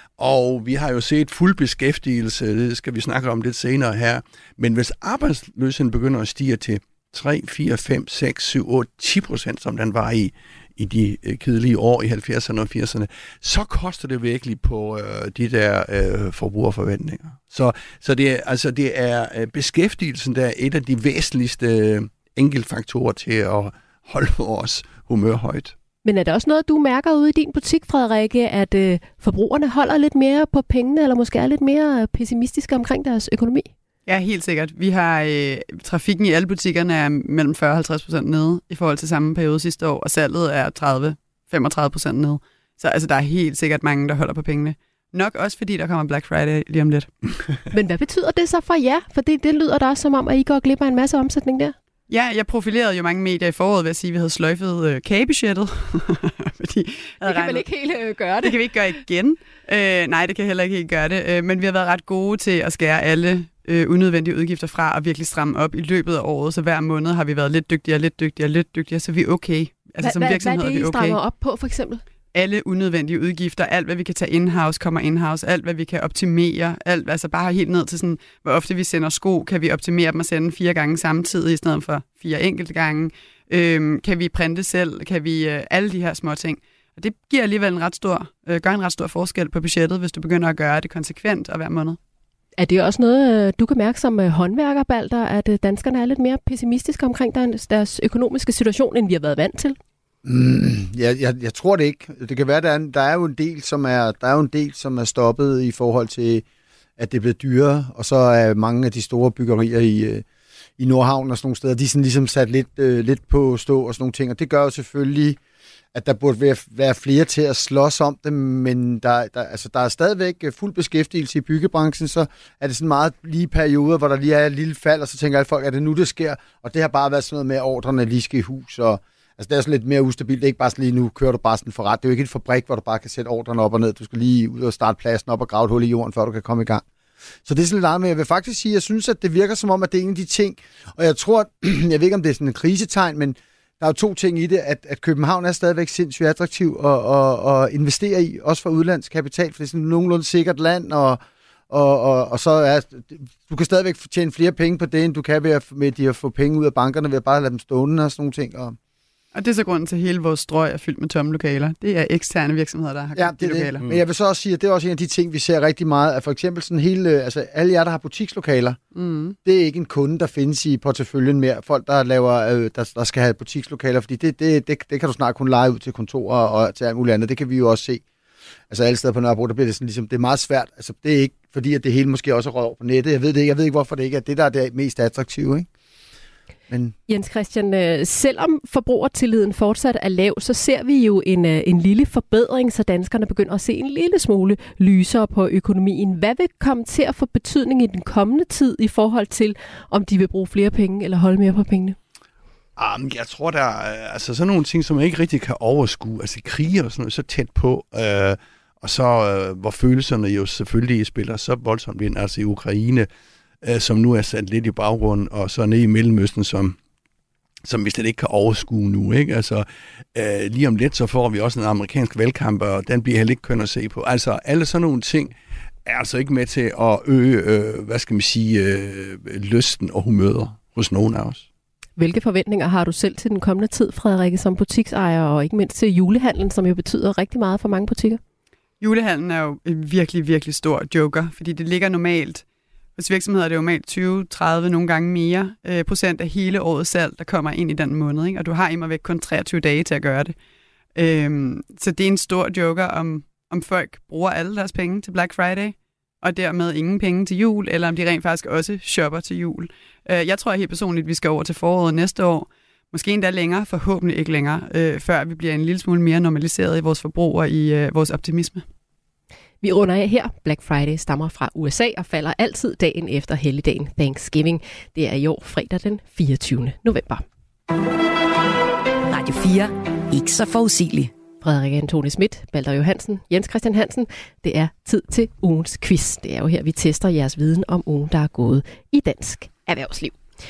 Og vi har jo set fuld beskæftigelse, det skal vi snakke om lidt senere her. Men hvis arbejdsløsheden begynder at stige til tre, fire, fem, seks, syv, otte, ti procent, som den var i, i de øh, kedelige år i halvfjerdserne og firserne, så koster det virkelig på øh, de der øh, forbrugerforventninger. Så, så det, er, altså, det er øh, beskæftigelsen, der er et af de væsentligste øh, enkeltfaktorer til at holde vores humør højt. Men er der også noget, du mærker ude i din butik, Frederikke, at øh, forbrugerne holder lidt mere på pengene, eller måske er lidt mere pessimistiske omkring deres økonomi? Ja, helt sikkert. Vi har øh, trafikken i alle butikkerne er mellem fyrre og halvtreds procent nede i forhold til samme periode sidste år, og salget er tredive til femogtredive procent nede. Så altså, der er helt sikkert mange, der holder på pengene. Nok også fordi, der kommer Black Friday lige om lidt. Men hvad betyder det så for jer? For det, det lyder da også som om, at I går glip af en masse omsætning der. Ja, jeg profilerede jo mange medier i foråret ved at sige, at vi havde sløjfet øh, kagebudgettet. Fordi det kan vel ikke helt øh, gøre det? Det kan vi ikke gøre igen. Øh, nej, det kan heller ikke helt gøre det. Øh, men vi har været ret gode til at skære alle øh, unødvendige udgifter fra og virkelig stramme op i løbet af året. Så hver måned har vi været lidt dygtigere, lidt dygtigere, lidt dygtigere, så vi er okay. Altså, Hva, som virksomhed hvad er det, I er vi okay. strammer op på, for eksempel? Alle unødvendige udgifter, alt hvad vi kan tage in-house, kommer in-house, alt hvad vi kan optimere, alt, altså bare helt ned til sådan, hvor ofte vi sender sko, kan vi optimere dem og sende fire gange samtidig, i stedet for fire enkelte gange, øhm, kan vi printe selv, kan vi, øh, alle de her små ting. Og det giver alligevel en ret stor, øh, gør en ret stor forskel på budgettet, hvis du begynder at gøre det konsekvent og hver måned. Er det også noget, du kan mærke som håndværker, Balder, at danskerne er lidt mere pessimistiske omkring deres økonomiske situation, end vi har været vant til? Mm, jeg, jeg, jeg tror det ikke. Det kan være, der er, der er jo en del, som er der er jo en del, som er stoppet i forhold til, at det er blevet dyrere, og så er mange af de store byggerier i, i Nordhavn og sådan nogle steder, de er sådan ligesom sat lidt, øh, lidt på stå og sådan nogle ting, og det gør jo selvfølgelig, at der burde være, være flere til at slås om det, men der, der, altså, der er stadigvæk fuld beskæftigelse i byggebranchen, så er det sådan meget lige perioder, hvor der lige er et lille fald, og så tænker alle folk, er det nu, det sker? Og det har bare været sådan noget med, at ordrene lige skal i hus, og altså, det er sådan lidt mere ustabilt. Det er ikke bare sådan lige nu, kører du bare sådan for ret. Det er jo ikke et fabrik, hvor du bare kan sætte ordrene op og ned. Du skal lige ud og starte pladsen op og grave et hul i jorden, før du kan komme i gang. Så det er sådan lidt andet, men jeg vil faktisk sige, at jeg synes, at det virker som om, at det er en af de ting, og jeg tror, jeg ved ikke, om det er sådan en krisetegn, men der er jo to ting i det, at, at København er stadigvæk sindssygt attraktiv at, at, at investere i, også for udlandskapital, for det er sådan et nogenlunde sikkert land, og, og, og, og så er, du kan stadigvæk tjene flere penge på det, end du kan ved at, med de at få penge ud af bankerne, ved at bare lade dem stående og sådan nogle ting, og Og det er så grunden til, at hele vores strøg er fyldt med tomme lokaler. Det er eksterne virksomheder, der har ja, købt de det lokaler. Det. Men jeg vil så også sige, at det er også en af de ting, vi ser rigtig meget. At for eksempel sådan hele, altså alle jer, der har butikslokaler, mm. det er ikke en kunde, der findes i porteføljen mere. Folk, der laver, øh, der, der skal have butikslokaler, fordi det, det, det, det kan du snart kun lege ud til kontorer og til alt muligt andet. Det kan vi jo også se. Altså alle steder på Nørrebro, der bliver det sådan ligesom, det er meget svært. Altså det er ikke, fordi at det hele måske også er røv på nettet. Jeg ved det ikke. Jeg ved ikke, hvorfor det ikke er det, der er det mest attraktive, ikke? Men Jens Christian, selvom forbrugertilliden fortsat er lav, så ser vi jo en, en lille forbedring, så danskerne begynder at se en lille smule lysere på økonomien. Hvad vil komme til at få betydning i den kommende tid i forhold til, om de vil bruge flere penge eller holde mere på pengene? Um, jeg tror, der er altså, sådan nogle ting, som man ikke rigtig kan overskue. Altså krige og sådan noget, så tæt på, øh, og så øh, hvor følelserne jo selvfølgelig spiller så voldsomt ind, altså i Ukraine, som nu er sat lidt i baggrunden, og så nede i Mellemøsten, som, som vi slet ikke kan overskue nu. Ikke? Altså, øh, lige om lidt, så får vi også en amerikansk valgkamp, og den bliver heller ikke køn at se på. Altså, alle sådan nogle ting er altså ikke med til at øge, øh, hvad skal man sige, øh, lysten og humøret hos nogen af os. Hvilke forventninger har du selv til den kommende tid, Frederikke, som butiksejer, og ikke mindst til julehandlen, som jo betyder rigtig meget for mange butikker? Julehandlen er jo en virkelig, virkelig stor joker, fordi det ligger normalt. Hos virksomheder er det jo normalt tyve, tredive, nogle gange mere øh, procent af hele årets salg, der kommer ind i den måned. Ikke? Og du har imod væk kun treogtyve dage til at gøre det. Øhm, så det er en stor joker, om, om folk bruger alle deres penge til Black Friday, og dermed ingen penge til jul, eller om de rent faktisk også shopper til jul. Øh, jeg tror helt personligt, vi skal over til foråret næste år, måske endda længere, forhåbentlig ikke længere, øh, før vi bliver en lille smule mere normaliseret i vores forbrug og i øh, vores optimisme. Vi runder af her. Black Friday stammer fra U S A og falder altid dagen efter helligdagen Thanksgiving. Det er i år fredag den fireogtyvende november. Radio fire. Ikke så forudsigelig. Frederik Antoni Schmidt, Balder Johansen, Jens Christian Hansen. Det er tid til ugens quiz. Det er jo her, vi tester jeres viden om ugen, der er gået i dansk erhvervsliv.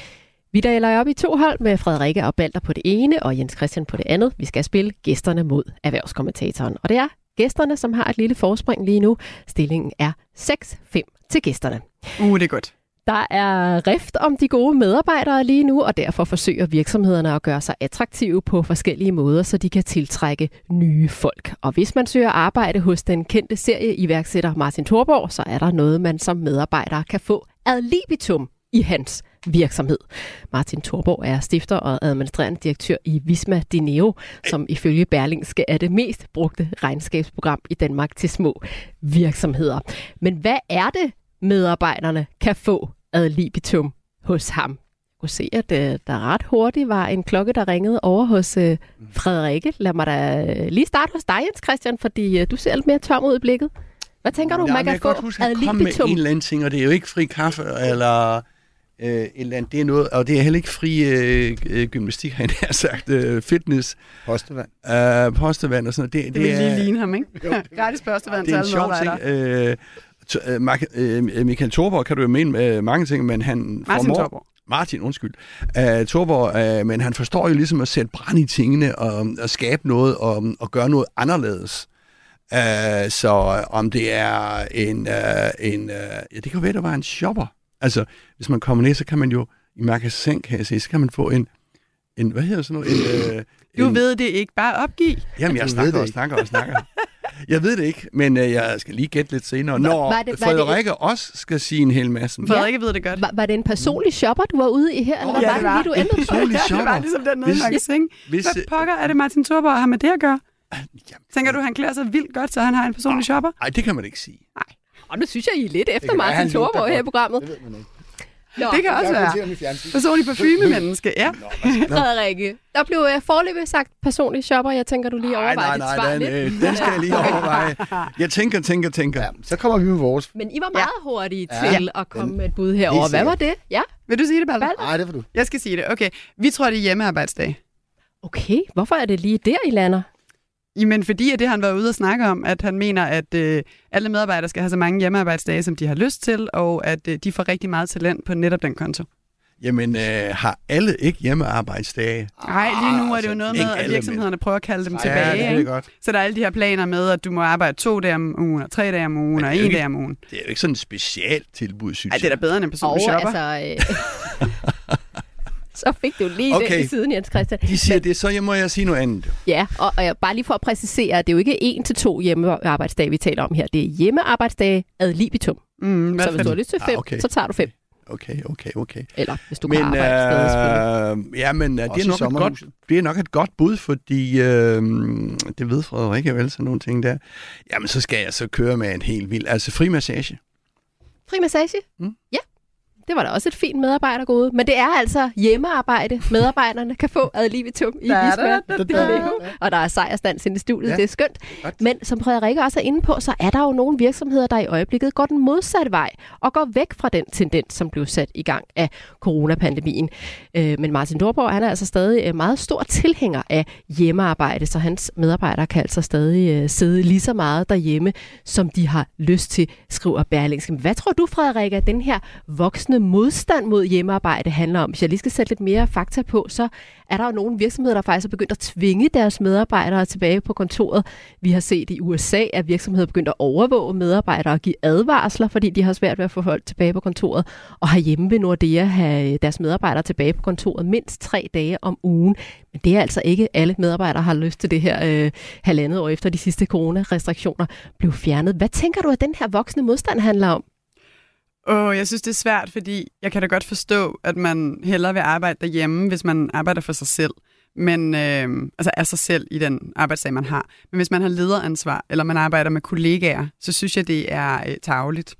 Vi deler op i to hold med Frederikke og Balder på det ene og Jens Christian på det andet. Vi skal spille gæsterne mod erhvervskommentatoren. Og det er gæsterne, som har et lille forspring lige nu. Stillingen er seks fem til gæsterne. Uh, det er godt. Der er rift om de gode medarbejdere lige nu, og derfor forsøger virksomhederne at gøre sig attraktive på forskellige måder, så de kan tiltrække nye folk. Og hvis man søger arbejde hos den kendte serieiværksætter Martin Thorborg, så er der noget, man som medarbejder kan få ad libitum i hans virksomhed. Martin Thorborg er stifter og administrerende direktør i Visma Dineo, som ifølge Berlingske er det mest brugte regnskabsprogram i Danmark til små virksomheder. Men hvad er det, medarbejderne kan få ad libitum hos ham? Jeg kunne se, at uh, der ret hurtigt var en klokke, der ringede over hos uh, Frederikke. Lad mig da lige starte hos dig, Jens Christian, fordi uh, du ser lidt mere tom ud i blikket. Hvad tænker du, ja, man kan få huske, ad libitum? med en eller anden ting, og det er jo ikke fri kaffe, eller øh, et eller andet, det er noget, og det er heller ikke fri øh, gymnastik, han har sagt, øh, fitness. Postevand. Øh, postevand og sådan noget. Det, Det, det vil er, lige ligne ham, ikke? Gratis postevand det til er en alle sjov ting. medarbejdere. Øh, uh, Michael Thorborg kan du jo mene med mange ting, men han Martin formår... Thorborg. Martin, undskyld. Uh, Thorborg, uh, men han forstår jo ligesom at sætte brand i tingene, og, og skabe noget, og, og gøre noget anderledes. Uh, så om det er en... Uh, en uh, ja, det kan være, der var en shopper. Altså, hvis man kommer ned, så kan man jo i magasin, kan jeg se, så kan man få en... en hvad hedder sådan noget? En, uh, Du en, ved det ikke. Bare opgiv. Jamen, jeg Du snakker ved og det snakker og snakker. Jeg ved det ikke, men uh, jeg skal lige gætte lidt senere. Når var det- var Frederikke det... også skal sige en hel masse. Frederikke ved det godt. Var, var det en personlig shopper, du var ude i her? Eller hvad Ja, var det det var. lige, du ændrede på? Personlig Det shopper. var ligesom den nede i Hvis- magasin. hvis- Hvad pokker er det, Martin Thorborg har med det at gøre? Jamen, Tænker du, han klæder sig vildt godt, så han har en personlig shopper? Nej, det kan man ikke sige. Og nu synes jeg, I er lidt efter kan være, Martin han lugter Thorborg her i godt. programmet. Det ved man ikke. Nå, Det kan også Jeg være. kan se ham i fjernsynet. Personlig parfumemenneske, ja. Frederikke, der blev uh, foreløbig sagt personlig shopper. Jeg tænker, du lige Nej, overvejer nej, dit svar nej, lidt. den, øh, den skal jeg lige overveje. Jeg tænker, tænker, tænker. Ja, så kommer vi med vores. Men I var meget hurtige Ja. til at komme med et bud herover. Hvad var det? Ja, Vil du sige det, Balder? Nej, det får du. Jeg skal sige det. Okay, vi tror, det er hjemmearbejdsdag. okay. Hvorfor er det lige der, I lander? Jamen, fordi at det har han været ude og snakke om, at han mener, at øh, alle medarbejdere skal have så mange hjemmearbejdsdage, som de har lyst til, og at øh, de får rigtig meget talent på netop den konto. Jamen, øh, har alle ikke hjemmearbejdsdage? Nej, lige nu er det jo altså, noget ikke med, at alle, virksomhederne prøver at kalde dem Ja, tilbage. det er Ikke? godt. Så der er alle de her planer med, at du må arbejde to dage om ugen, og tre dage om ugen, Men og det er en jo ikke- dag om ugen. Det er jo ikke sådan et specielt tilbud, synes Ej, det er da jeg. bedre end en Og personlig shopper. altså... Øh, så fik du lige Okay. den i siden, Jens Christian. De siger det, så jeg må jeg sige noget andet. Ja, og, og jeg- bare lige for at præcisere, at det er jo ikke en til to hjemmearbejdsdage, vi taler om her. Det er hjemmearbejdsdage ad libitum. Mm, Så hvis du har lyst til fem, Ah, okay. så tager du fem. Okay, okay, okay. Eller hvis du Men, kan arbejde stadig, selvfølgelig. øh, ja, men øh, det, Også er i nok et godt, sommerhuset. det er nok et godt bud, fordi øh, det ved Frederikke vel, sådan nogle ting der. Jamen, så skal jeg så køre med en helt vild, altså fri massage. Fri massage? Mm. Ja. Det var da også et fint medarbejdergode. Men det er altså hjemmearbejde, medarbejderne kan få ad libitum i Da, da, Visma. da, da, da. Og der er sejrstans inde i studiet. Ja. Det er skønt. Godt. Men som Frederikke også er inde på, så er der jo nogle virksomheder, der i øjeblikket går den modsatte vej og går væk fra den tendens, som blev sat i gang af coronapandemien. Øh, Men Martin Thorborg, han er altså stadig øh, meget stor tilhænger af hjemmearbejde, så hans medarbejdere kan altså stadig øh, sidde lige så meget derhjemme, som de har lyst til, skriver Berlingske. Hvad tror du, Frederikke, at den her voksne modstand mod hjemmearbejde handler om? Hvis jeg lige skal sætte lidt mere fakta på, så er der jo nogle virksomheder, der faktisk er begyndt at tvinge deres medarbejdere tilbage på kontoret. Vi har set i U S A, at virksomheder er begyndt at overvåge medarbejdere og give advarsler, fordi de har svært ved at få folk tilbage på kontoret. Og herhjemme vil Nordea have deres medarbejdere tilbage på kontoret mindst tre dage om ugen. Men det er altså ikke alle medarbejdere, der har lyst til det her øh, halvandet år efter de sidste coronarestriktioner blev fjernet. Hvad tænker du, at den her voksne modstand handler om? Åh, oh, jeg synes, det er svært, fordi jeg kan da godt forstå, at man hellere vil arbejde derhjemme, hvis man arbejder for sig selv. Men, øh, altså er sig selv i den arbejdsdag, man har. Men hvis man har lederansvar, eller man arbejder med kollegaer, så synes jeg, det er øh, tarveligt.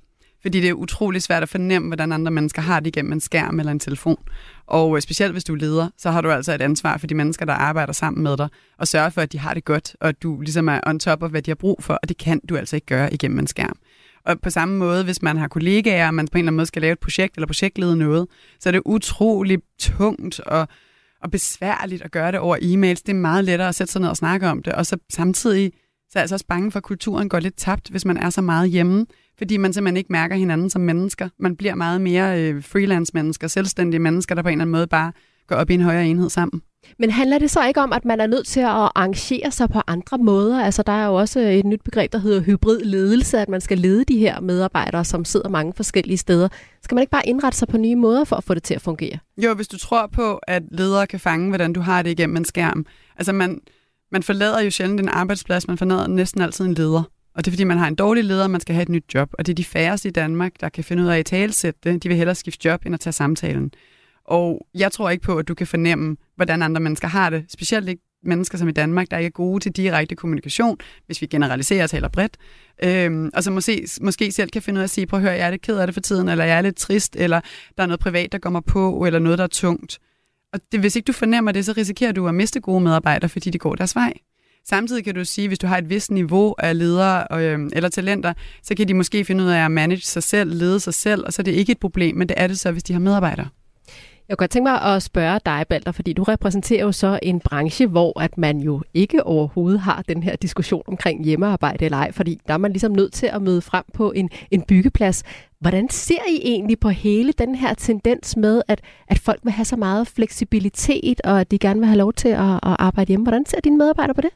Fordi det er utrolig svært at fornemme, hvordan andre mennesker har det igennem en skærm eller en telefon. Og specielt hvis du er leder, så har du altså et ansvar for de mennesker, der arbejder sammen med dig, og sørge for, at de har det godt, og at du ligesom er on top af, hvad de har brug for, og det kan du altså ikke gøre igennem en skærm. Og på samme måde, hvis man har kollegaer, og man på en eller anden måde skal lave et projekt eller projektlede noget, så er det utrolig tungt og, og besværligt at gøre det over e-mails. Det er meget lettere at sætte sig ned og snakke om det, og så samtidig så er jeg altså også bange for, at kulturen går lidt tabt, hvis man er så meget hjemme, fordi man simpelthen ikke mærker hinanden som mennesker. Man bliver meget mere øh, freelance-mennesker, selvstændige mennesker, der på en eller anden måde bare går op i en højere enhed sammen. Men handler det så ikke om, at man er nødt til at arrangere sig på andre måder? Altså, der er jo også et nyt begreb, der hedder hybrid ledelse, at man skal lede de her medarbejdere, som sidder mange forskellige steder. Skal man ikke bare indrette sig på nye måder for at få det til at fungere? Jo, hvis du tror på, at ledere kan fange, hvordan du har det igennem en skærm. Altså, man, man forlader jo sjældent en arbejdsplads, man forlader næsten altid en leder. Og det er, fordi man har en dårlig leder, og man skal have et nyt job. Og det er de færreste i Danmark, der kan finde ud af at italesætte det. De vil hellere skifte job, end at tage samtalen. Og jeg tror ikke på, at du kan fornemme, hvordan andre mennesker har det. Specielt ikke mennesker som i Danmark, der ikke er gode til direkte kommunikation, hvis vi generaliserer og taler bredt. Øhm, og så måske, måske selv kan finde ud af at sige, prøv at høre, jeg er lidt ked af det for tiden, eller jeg er lidt trist, eller der er noget privat, der går mig på, eller noget, der er tungt. Og det, hvis ikke du fornemmer det, så risikerer du at miste gode medarbejdere, fordi de går deres vej. Samtidig kan du sige, hvis du har et vist niveau af ledere øh, eller talenter, så kan de måske finde ud af at manage sig selv, lede sig selv, og så er det ikke et problem, men det er det så, hvis de har medarbejdere. Jeg kunne godt tænke mig at spørge dig, Balder, fordi du repræsenterer jo så en branche, hvor at man jo ikke overhovedet har den her diskussion omkring hjemmearbejde eller ej, fordi der er man ligesom nødt til at møde frem på en, en byggeplads. Hvordan ser I egentlig på hele den her tendens med, at, at folk vil have så meget fleksibilitet, og at de gerne vil have lov til at, at arbejde hjemme? Hvordan ser dine medarbejdere på det?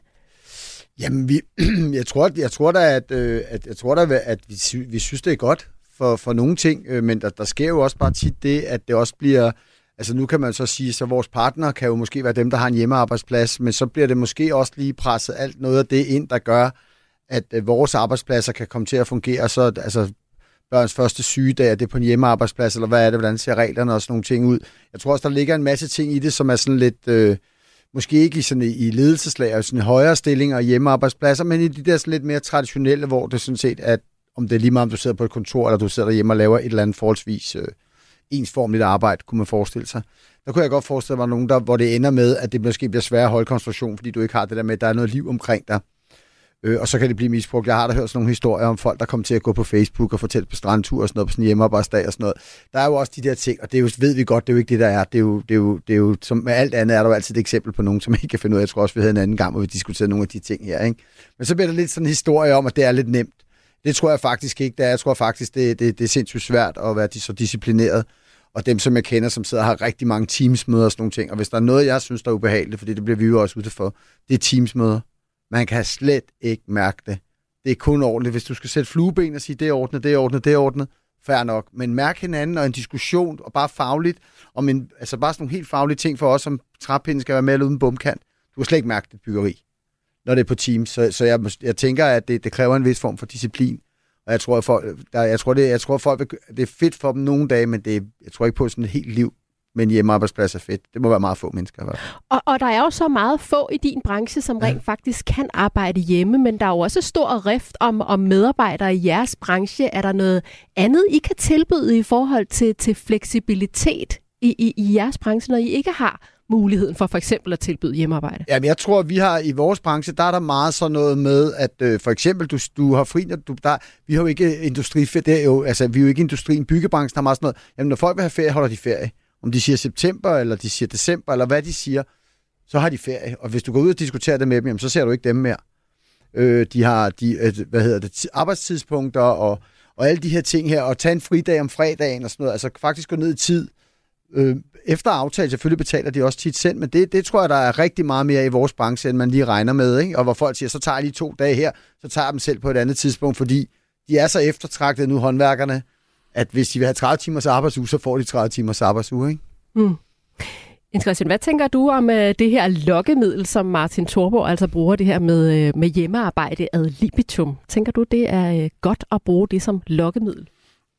Jamen, vi, jeg tror, jeg tror da, at, at, jeg tror da, at vi, sy, vi synes, det er godt for, for nogle ting, men der, der sker jo også bare tit det, at det også bliver. Altså nu kan man så sige, så vores partner kan jo måske være dem, der har en hjemmearbejdsplads, men så bliver det måske også lige presset alt noget af det ind, der gør, at vores arbejdspladser kan komme til at fungere. Så altså børns første sygedag, er det på en hjemmearbejdsplads, eller hvad er det, hvordan ser reglerne og sådan nogle ting ud. Jeg tror også, der ligger en masse ting i det, som er sådan lidt, øh, måske ikke i, sådan, i ledelseslag og sådan højere stillinger og hjemmearbejdspladser, men i de der sådan lidt mere traditionelle, hvor det sådan set er, om det er lige meget, om du sidder på et kontor, eller du sidder hjemme og laver et eller andet forholdsvis øh, ensformligt arbejde, kunne man forestille sig. Der kunne jeg godt forestille mig nogen, der, hvor det ender med, at det måske bliver svært at holde konstruktion, fordi du ikke har det der med, at der er noget liv omkring dig. Øh, og så kan det blive misbrugt. Jeg har da hørt sådan nogle historier om folk, der kommer til at gå på Facebook og fortælle på strandtur og sådan noget, på sådan en hjemmearbejdsdag og sådan noget. Der er jo også de der ting, og det er jo, ved vi godt, det er jo ikke det, der er. Det er jo, det er jo, det er jo som med alt andet er der jo altid et eksempel på nogen, som ikke kan finde ud af. Jeg tror også, vi havde en anden gang, hvor vi diskuterede nogle af de ting her. Ikke? Men så bliver der lidt sådan en historie om, at det er lidt nemt. Det tror jeg faktisk ikke, det er. Jeg tror faktisk, det, det, det er sindssygt svært at være så disciplineret. Og dem, som jeg kender, som sidder og har rigtig mange teamsmøder og sådan nogle ting. Og hvis der er noget, jeg synes, der er ubehageligt, fordi det bliver vi jo også ude for, det er teamsmøder. Man kan slet ikke mærke det. Det er kun ordentligt. Hvis du skal sætte flueben og sige, det er ordnet, det er ordnet, det er ordnet, fair nok. Men mærk hinanden og en diskussion, og bare fagligt, om en, altså bare sådan nogle helt faglige ting for os, som træpinden skal være med eller uden bumkant. Du kan slet ikke mærke det byggeri, når det er på teams. Så, så jeg, jeg tænker, at det, det kræver en vis form for disciplin. Og jeg tror, at folk, der, jeg tror, det, jeg tror, at folk, det er fedt for dem nogle dage, men det er, jeg tror ikke på sådan et helt liv. Men hjemmearbejdsplads er fedt. Det må være meget få mennesker. Og, og der er jo så meget få i din branche, som rent ja. faktisk kan arbejde hjemme, men der er jo også stor rift om, om medarbejdere i jeres branche. Er der noget andet, I kan tilbyde i forhold til, til fleksibilitet i, i, i jeres branche, når I ikke har muligheden for for eksempel at tilbyde hjemmearbejde? Jamen, jeg tror, at vi har i vores branche, der er der meget sådan noget med, at øh, for eksempel, du, du har fri, du, der, vi har jo ikke industriferie, det er jo, altså vi er jo ikke industrien, byggebranchen har meget sådan noget. Jamen, når folk vil have ferie, holder de ferie. Om de siger september, eller de siger december, eller hvad de siger, så har de ferie. Og hvis du går ud og diskuterer det med dem, jamen, så ser du ikke dem mere. Øh, de har de, øh, hvad hedder det, arbejdstidspunkter og, og alle de her ting her, og tage en fridag om fredagen og sådan noget. Altså faktisk gå ned i tid. Øh, efter aftale, selvfølgelig betaler de også tit selv, men det, det tror jeg, der er rigtig meget mere i vores branche, end man lige regner med. Ikke? Og hvor folk siger, så tager jeg lige to dage her, så tager jeg dem selv på et andet tidspunkt, fordi de er så eftertragtede nu, håndværkerne, at hvis de vil have tredive timers arbejdsuge, så får de tredive timers arbejdsuge, ikke? Mm. Christian, hvad tænker du om uh, det her lokkemiddel, som Martin Thorborg altså bruger, det her med, uh, med hjemmearbejde ad libitum? Tænker du, det er uh, godt at bruge det som lokkemiddel?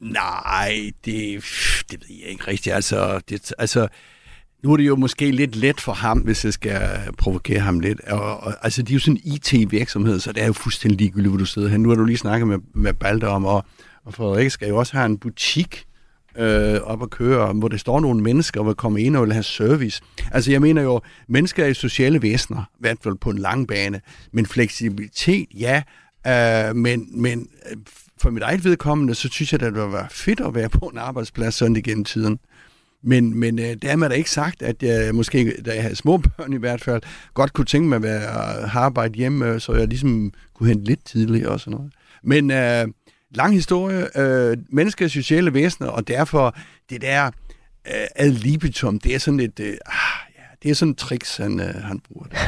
Nej, det, det ved jeg ikke rigtigt. Altså, det, altså, nu er det jo måske lidt let for ham, hvis jeg skal provokere ham lidt. Og, og, altså, det er jo sådan en I T-virksomhed, så det er jo fuldstændig ligegyldigt, hvor du sidder her. Nu har du lige snakket med, med Balder om, og og Frederikke skal jo også have en butik øh, op at køre, hvor der står nogle mennesker, hvor kommer ind og vil have service. Altså jeg mener jo, mennesker er sociale væsener, i hvert fald på en lang bane, men fleksibilitet, ja, øh, men, men for mit eget vedkommende, så synes jeg, at det vil være fedt at være på en arbejdsplads sådan igennem tiden. Men, men øh, der er man da ikke sagt, at jeg måske, da jeg havde små børn i hvert fald, godt kunne tænke mig at være, have arbejde hjemme, så jeg ligesom kunne hente lidt tidligere og sådan noget. Men øh, lang historie, øh, mennesker er sociale væsener, og derfor det der øh, ad libitum, det er sådan et, øh, ja, det er sådan et tricks, han, øh, han bruger det.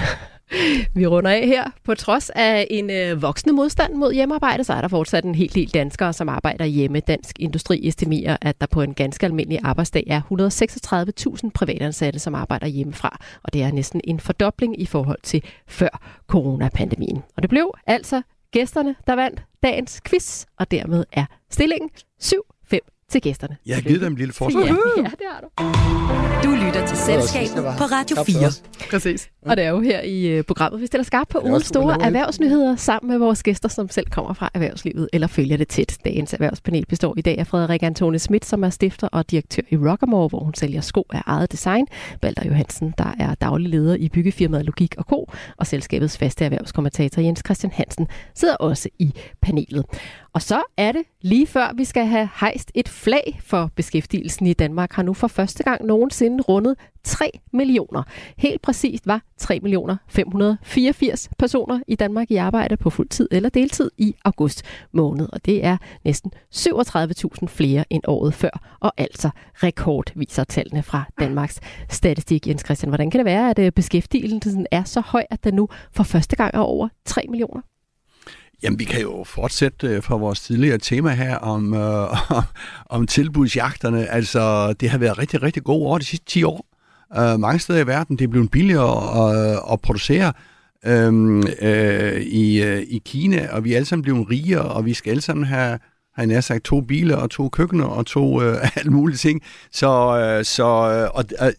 Vi runder af her. På trods af en øh, voksende modstand mod hjemmearbejde, så er der fortsat en hel del danskere, som arbejder hjemme. Dansk Industri estimerer, at der på en ganske almindelig arbejdsdag er et hundrede og seksogtredive tusind privatansatte, som arbejder hjemmefra. Og det er næsten en fordobling i forhold til før coronapandemien. Og det blev altså gæsterne, der vandt dagens quiz, og dermed er stillingen syv fem til gæsterne. Jeg har givet dem en lille forsvar. Ja, ja, det har du. Du lytter til Selskabet på Radio fire. Præcis. Og det er jo her i uh, programmet, vi stiller skarpt på ugens store erhvervsnyheder sammen med vores gæster, som selv kommer fra erhvervslivet eller følger det tæt. Dagens erhvervspanel består i dag af Frederik Antone Schmidt, som er stifter og direktør i Rockamore, hvor hun sælger sko af eget design. Balder Johansen, der er daglig leder i byggefirmaet Logik og Co. Og selskabets faste erhvervskommentator Jens Christian Hansen sidder også i panelet. Og så er det lige før, vi skal have hejst et flag, for beskæftigelsen i Danmark har nu for første gang nogensinde rundet tre millioner. Helt præcist var tre millioner fem hundrede og fireogfirs personer i Danmark i arbejde på fuld tid eller deltid i august måned. Og det er næsten syvogtredive tusind flere end året før, og altså rekord, viser tallene fra Danmarks Statistik. Jens Christian, hvordan kan det være, at beskæftigelsen er så høj, at den nu for første gang er over tre millioner? Jamen, vi kan jo fortsætte fra vores tidligere tema her om, øh, om tilbudsjagterne. Altså, det har været rigtig, rigtig gode år de sidste ti år. Uh, mange steder i verden, det er blevet billigere at, at producere øhm, øh, i, øh, i Kina, og vi er alle sammen blevet rigere, og vi skal alle sammen have, have nær sagt to biler og to køkkener og to øh, alle mulige ting. Så, øh, så og, og,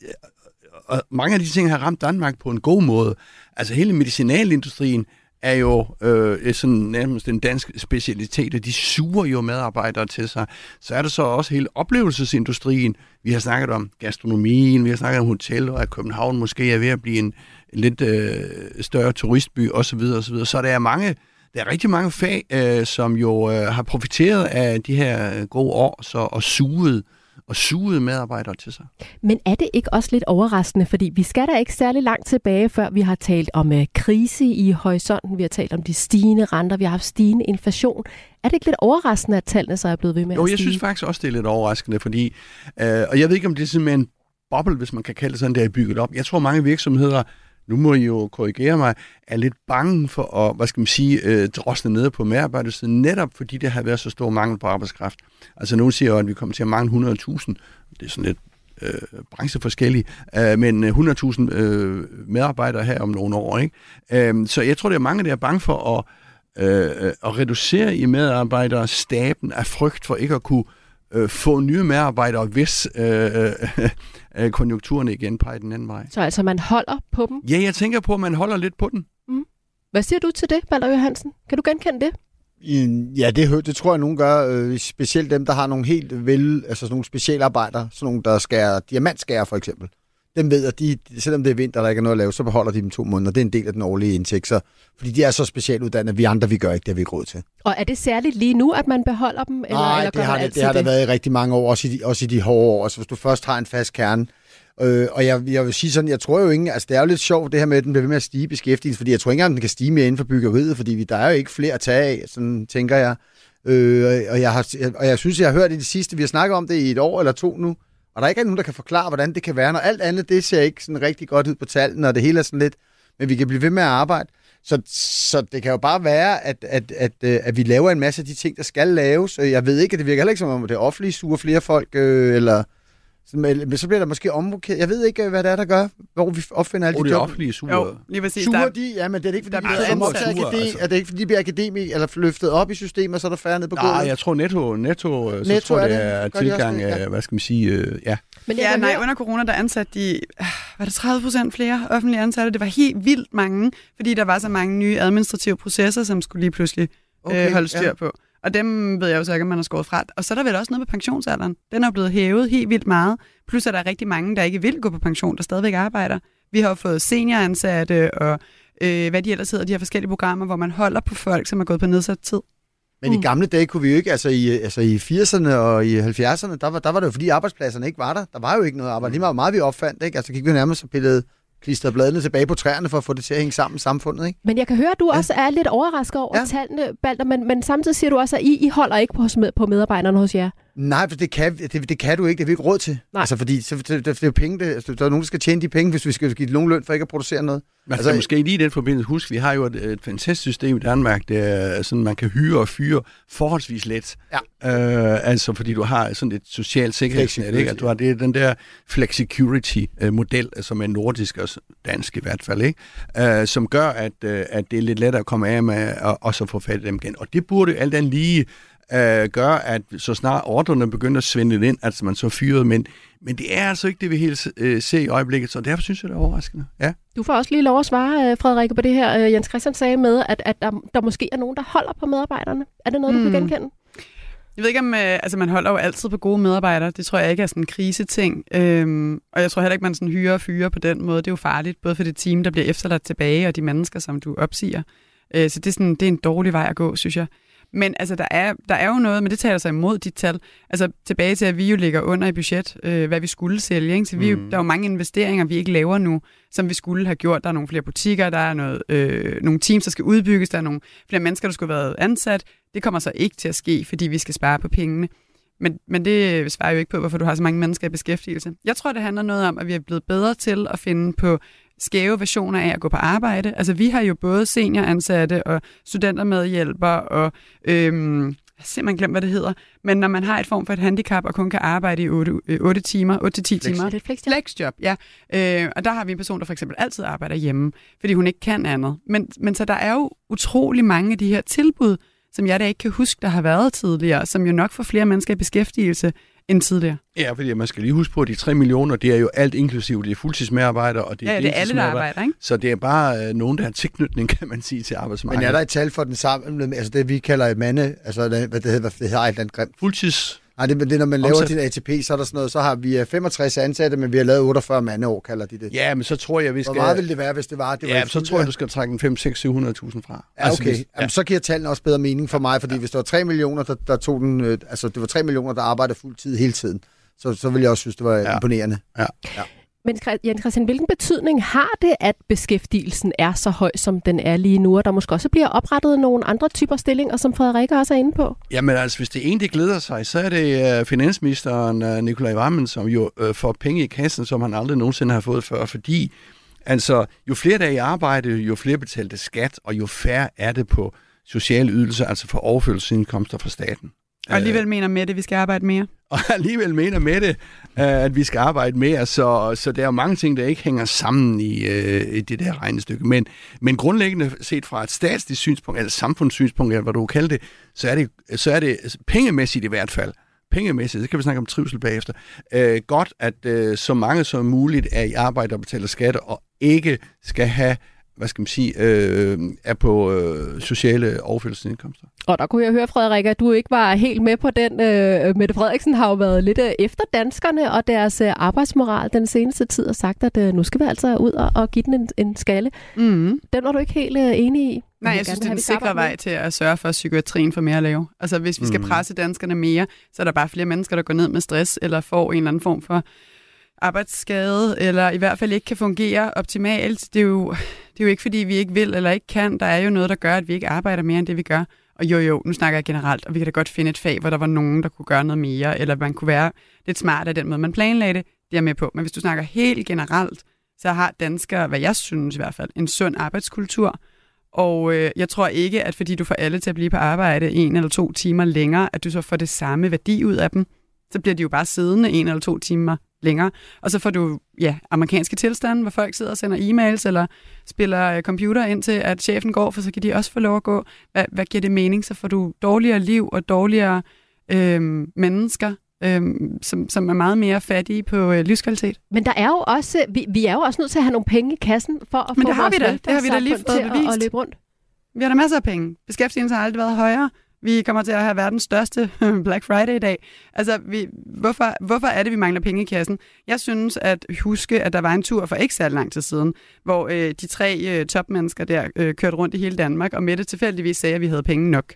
og mange af de ting har ramt Danmark på en god måde. Altså hele medicinalindustrien er jo øh, sådan nærmest en dansk specialitet, og de suger jo medarbejdere til sig. Så er der så også hele oplevelsesindustrien. Vi har snakket om gastronomien, vi har snakket om hoteller, og at København måske er ved at blive en, en lidt øh, større turistby osv. osv. Så der er mange, der er rigtig mange fag, øh, som jo øh, har profiteret af de her gode år, så og suget og sugede medarbejdere til sig. Men er det ikke også lidt overraskende, fordi vi skal da ikke særlig langt tilbage, før vi har talt om uh, krise i horisonten, vi har talt om de stigende renter, vi har haft stigende inflation. Er det ikke lidt overraskende, at tallene så er blevet ved med jo, at stige? Jo, jeg synes faktisk også, det er lidt overraskende, fordi, øh, og jeg ved ikke, om det er simpelthen en boble, hvis man kan kalde det sådan, der er bygget op. Jeg tror, mange virksomheder, nu må I jo korrigere mig, er lidt bange for at, hvad skal man sige, øh, drosle ned på medarbejdersiden, netop fordi det har været så stor mangel på arbejdskraft. Altså nogen siger jo, at vi kommer til at mangle hundrede tusind. Det er sådan lidt øh, brancheforskellige, øh, men hundrede tusind øh, medarbejdere her om nogle år, ikke? Øh, så jeg tror, det er mange, der er bange for at, øh, at reducere i medarbejderstaben af frygt for ikke at kunne øh, få nye medarbejdere, hvis øh, øh, konjunkturerne igen peger den anden vej. Så altså man holder på dem? Ja, jeg tænker på, at man holder lidt på den. Mm. Hvad siger du til det, Balder Johansen? Kan du genkende det? Ja, det, det tror jeg, nogen gør. Øh, specielt dem, der har nogle helt vel, altså sådan nogle specialarbejdere, sådan nogle, der skærer diamantskærer for eksempel. Dem ved, at de, selvom det er vinter, der ikke er noget at lave, så beholder de dem to måneder. Det er en del af den årlige indtægt. Så, fordi de er så specialuddannet, vi andre, vi gør ikke det, vi ikke råd til. Og er det særligt lige nu, at man beholder dem? Eller, Nej, eller det, har det, det har der været i rigtig mange år, også i de, også i de hårde år. Altså hvis du først har en fast kerne. Øh, og jeg, jeg vil sige sådan, jeg tror jo ikke, altså det er jo lidt sjovt det her med, at den bliver ved med at stige beskæftigelse, fordi jeg tror ikke engang, den kan stige mere inden for byggeriet, fordi vi, der er jo ikke flere at tage af, sådan tænker jeg. Øh, og, jeg har, og jeg synes, jeg har hørt i det sidste, vi har snakket om det i et år eller to nu, og der er ikke nogen, der kan forklare, hvordan det kan være, når alt andet, det ser ikke sådan rigtig godt ud på tallene, og det hele er sådan lidt, men vi kan blive ved med at arbejde. Så, så det kan jo bare være, at, at, at, at vi laver en masse af de ting, der skal laves. Jeg ved ikke, at det virker heller ikke som om, det offentlige suger flere folk, øh, eller... Men så bliver der måske omrokeret. Jeg ved ikke, hvad det er, der gør, hvor vi opfinder alle oh, de job. Det offentlige suger. Jo, lige præcis. Suger de? Ja, men det er ikke, fordi der de bliver ansat. akademi, altså. Er det ikke, fordi de bliver akademi eller løftet op i systemet, så er der færre ned på gulvet? Nej, jeg tror netto, netto, netto så tror er det er det. tilgang det, ja. af, hvad skal man sige, øh, ja. Men ja, nej, under corona, der ansatte de, var det tredive procent flere offentlige ansatte? Det var helt vildt mange, fordi der var så mange nye administrative processer, som skulle lige pludselig okay, øh, holde styr ja. på. Og dem ved jeg jo så ikke, om man har skåret fra. Og så er der vel også noget med pensionsalderen. Den er blevet hævet helt vildt meget. Plus er der rigtig mange, der ikke vil gå på pension, der stadigvæk arbejder. Vi har jo fået senioransatte og øh, hvad de ellers hedder, de her forskellige programmer, hvor man holder på folk, som er gået på nedsat tid. Men Mm. i gamle dage kunne vi jo ikke, altså i, altså i firserne og i halvfjerdserne, der var, der var det jo fordi arbejdspladserne ikke var der. Der var jo ikke noget arbejde. Lige meget, hvor meget vi opfandt, ikke? Altså gik vi nærmest og pillede klistrede bladene tilbage på træerne for at få det til at hænge sammen i samfundet, ikke? Men jeg kan høre, at du Ja. også er lidt overrasket over Ja. tallene, Balder, men, men samtidig siger du også, at I, I holder ikke på, på medarbejderne hos jer. Nej, for det kan, det, det kan du ikke. Det har vi ikke råd til. Nej. Altså, fordi så, det, det, det er jo penge. Det, altså, der er nogen, der skal tjene de penge, hvis vi skal give nogen løn for ikke at producere noget. Man skal Altså- måske lige i den forbindelse huske, vi har jo et, et fantastisk system i Danmark, der er sådan, man kan hyre og fyre forholdsvis let. Ja. Øh, altså fordi du har sådan et socialt sikkerhedsnet, Flexicurity. ikke? At du har det, den der flexicurity-model, som er nordisk og dansk i hvert fald, ikke? Øh, som gør, at, øh, at det er lidt lettere at komme af med og også få fat i dem igen. Og det burde alt andet lige øh, gøre, at så snart ordrene begynder at svinde ind, altså man så fyret, men, men det er altså ikke det, vi helt øh, ser i øjeblikket, så derfor synes jeg, det er overraskende. Ja. Du får også lige lov at svare, Frederikke, på det her, Jens Christian sagde med, at, at der, der måske er nogen, der holder på medarbejderne. Er det noget, du Mm. kan genkende? Jeg ved ikke om, øh, altså man holder jo altid på gode medarbejdere. Det tror jeg ikke er sådan en kriseting. Øhm, og jeg tror heller ikke, man sådan hyrer og fyrer på den måde. Det er jo farligt, både for det team, der bliver efterladt tilbage, og de mennesker, som du opsiger. Øh, så det er, sådan, det er en dårlig vej at gå, synes jeg. Men altså, der er, der er jo noget, men det taler sig imod dit tal. Altså tilbage til, at vi jo ligger under i budget, øh, hvad vi skulle sælge. Ikke? Så vi, mm. der er jo mange investeringer, vi ikke laver nu, som vi skulle have gjort. Der er nogle flere butikker, der er noget, øh, nogle teams, der skal udbygges, der er nogle flere mennesker, der skulle have været ansat. Det kommer så ikke til at ske, fordi vi skal spare på pengene. Men, men det svarer jo ikke på, hvorfor du har så mange mennesker i beskæftigelse. Jeg tror, det handler noget om, at vi er blevet bedre til at finde på skæve versioner af at gå på arbejde. Altså, vi har jo både senioransatte og studentermedhjælpere og øhm, jeg har simpelthen glemt, hvad det hedder. Men når man har et form for et handicap og kun kan arbejde i otte timer, otte til ti timer. Er det et flexjob? Flexjob, ja. Øh, og der har vi en person, der for eksempel altid arbejder hjemme, fordi hun ikke kan andet. Men, men så der er jo utrolig mange af de her tilbud, som jeg da ikke kan huske, der har været tidligere, som jo nok får flere mennesker i beskæftigelse end tidligere. Ja, fordi man skal lige huske på, at de tre millioner, det er jo alt inklusive. Det er fuldtidsmedarbejdere, og det er Ja, det er alle, der arbejder, ikke? Så det er bare øh, nogen, der har tilknytning, kan man sige, til arbejdsmarkedet. Men er der et tal for den samme, altså det vi kalder et mande, altså hvad det hedder, hvad det hedder, et eller andet grimt. Fuldtids... Nej, det, det er, når man laver Omsat. din A T P, så er der sådan noget, så har vi femogtres ansatte, men vi har lavet otteogfyrre mandeår, kalder de det. Ja, men så tror jeg, vi skal... Hvor meget ville det være, hvis det var? Det var Ja, et så fuldt- tror jeg, du skal trække en fem, seks, syv hundrede tusind fra. Ja, okay. hvis- Ja. Jamen, så giver tallene også bedre mening for mig, fordi ja. hvis der var tre millioner, der, der tog den, øh, altså det var tre millioner, der arbejdede fuld tid hele tiden, så, så ville jeg også synes, det var Ja. imponerende. Ja. Ja. Men Jens Christian, hvilken betydning har det, at beskæftigelsen er så høj, som den er lige nu, og der måske også bliver oprettet nogle andre typer stillinger, som Frederikke også er inde på? Jamen altså, hvis det ene, det glæder sig, så er det uh, finansministeren uh, Nicolai Wammen, som jo uh, får penge i kassen, som han aldrig nogensinde har fået før, fordi altså, jo flere der er i arbejde, jo flere betalte skat, og jo færre er det på sociale ydelser, altså for overførselsindkomster fra staten. Og alligevel mener med det, vi skal arbejde mere. Og alligevel mener med det, at vi skal arbejde mere, så, så der er jo mange ting, der ikke hænger sammen i, uh, i det der regnestykke. Men, men grundlæggende set fra et statsligt synspunkt, eller samfundssynspunkt, eller hvad du kalder det, så er det, så er det pengemæssigt i hvert fald, pengemæssigt, så kan vi snakke om trivsel bagefter, uh, godt, at uh, så mange som muligt er i arbejde og betaler skatter, og ikke skal have, hvad skal man sige, øh, er på øh, sociale overførselsindkomster. Og der kunne jeg høre, Frederikke, at du ikke var helt med på den. Øh, Mette Frederiksen har jo været lidt øh, efter danskerne og deres øh, arbejdsmoral den seneste tid og sagt, at øh, nu skal vi altså ud og, og give den en, en skalle. Mm. Den var du ikke helt øh, enig i? Nej, jeg synes, det er en sikker vej til at sørge for, at psykiatrien får mere at lave. Altså, hvis vi skal Mm. presse danskerne mere, så er der bare flere mennesker, der går ned med stress, eller får en eller anden form for arbejdsskade, eller i hvert fald ikke kan fungere optimalt. Det er jo, det er jo ikke, fordi vi ikke vil eller ikke kan. Der er jo noget, der gør, at vi ikke arbejder mere, end det vi gør. Og jo, jo, nu snakker jeg generelt, og vi kan da godt finde et fag, hvor der var nogen, der kunne gøre noget mere, eller man kunne være lidt smart af den måde, man planlagde det. Det er jeg med på. Men hvis du snakker helt generelt, så har danskere, hvad jeg synes i hvert fald, en sund arbejdskultur. Og øh, jeg tror ikke, at fordi du får alle til at blive på arbejde en eller to timer længere, at du så får det samme værdi ud af dem. Så bliver de jo bare siddende en eller to timer længere. Og så får du ja, amerikanske tilstande, hvor folk sidder og sender e-mails eller spiller øh, computer ind til, at chefen går, for så kan de også få lov at gå. Hvad, hvad giver det mening? Så får du dårligere liv og dårligere øh, mennesker, øh, som, som er meget mere fattige på øh, livskvalitet. Men der er jo også, vi, vi er jo også nødt til at have nogle penge i kassen for at Men få det har vores vi da. Det har vi da lige velfærdssamfund fået til at, bevist. at løbe rundt. Vi har da masser af penge. Beskæftigelsen har aldrig været højere. Vi kommer til at have verdens største Black Friday i dag. Altså, vi, hvorfor, hvorfor er det, vi mangler penge i kassen? Jeg synes at huske, at der var en tur for ikke særlig lang tid siden, hvor øh, de tre øh, topmennesker der øh, kørte rundt i hele Danmark, og Mette tilfældigvis sagde, at vi havde penge nok.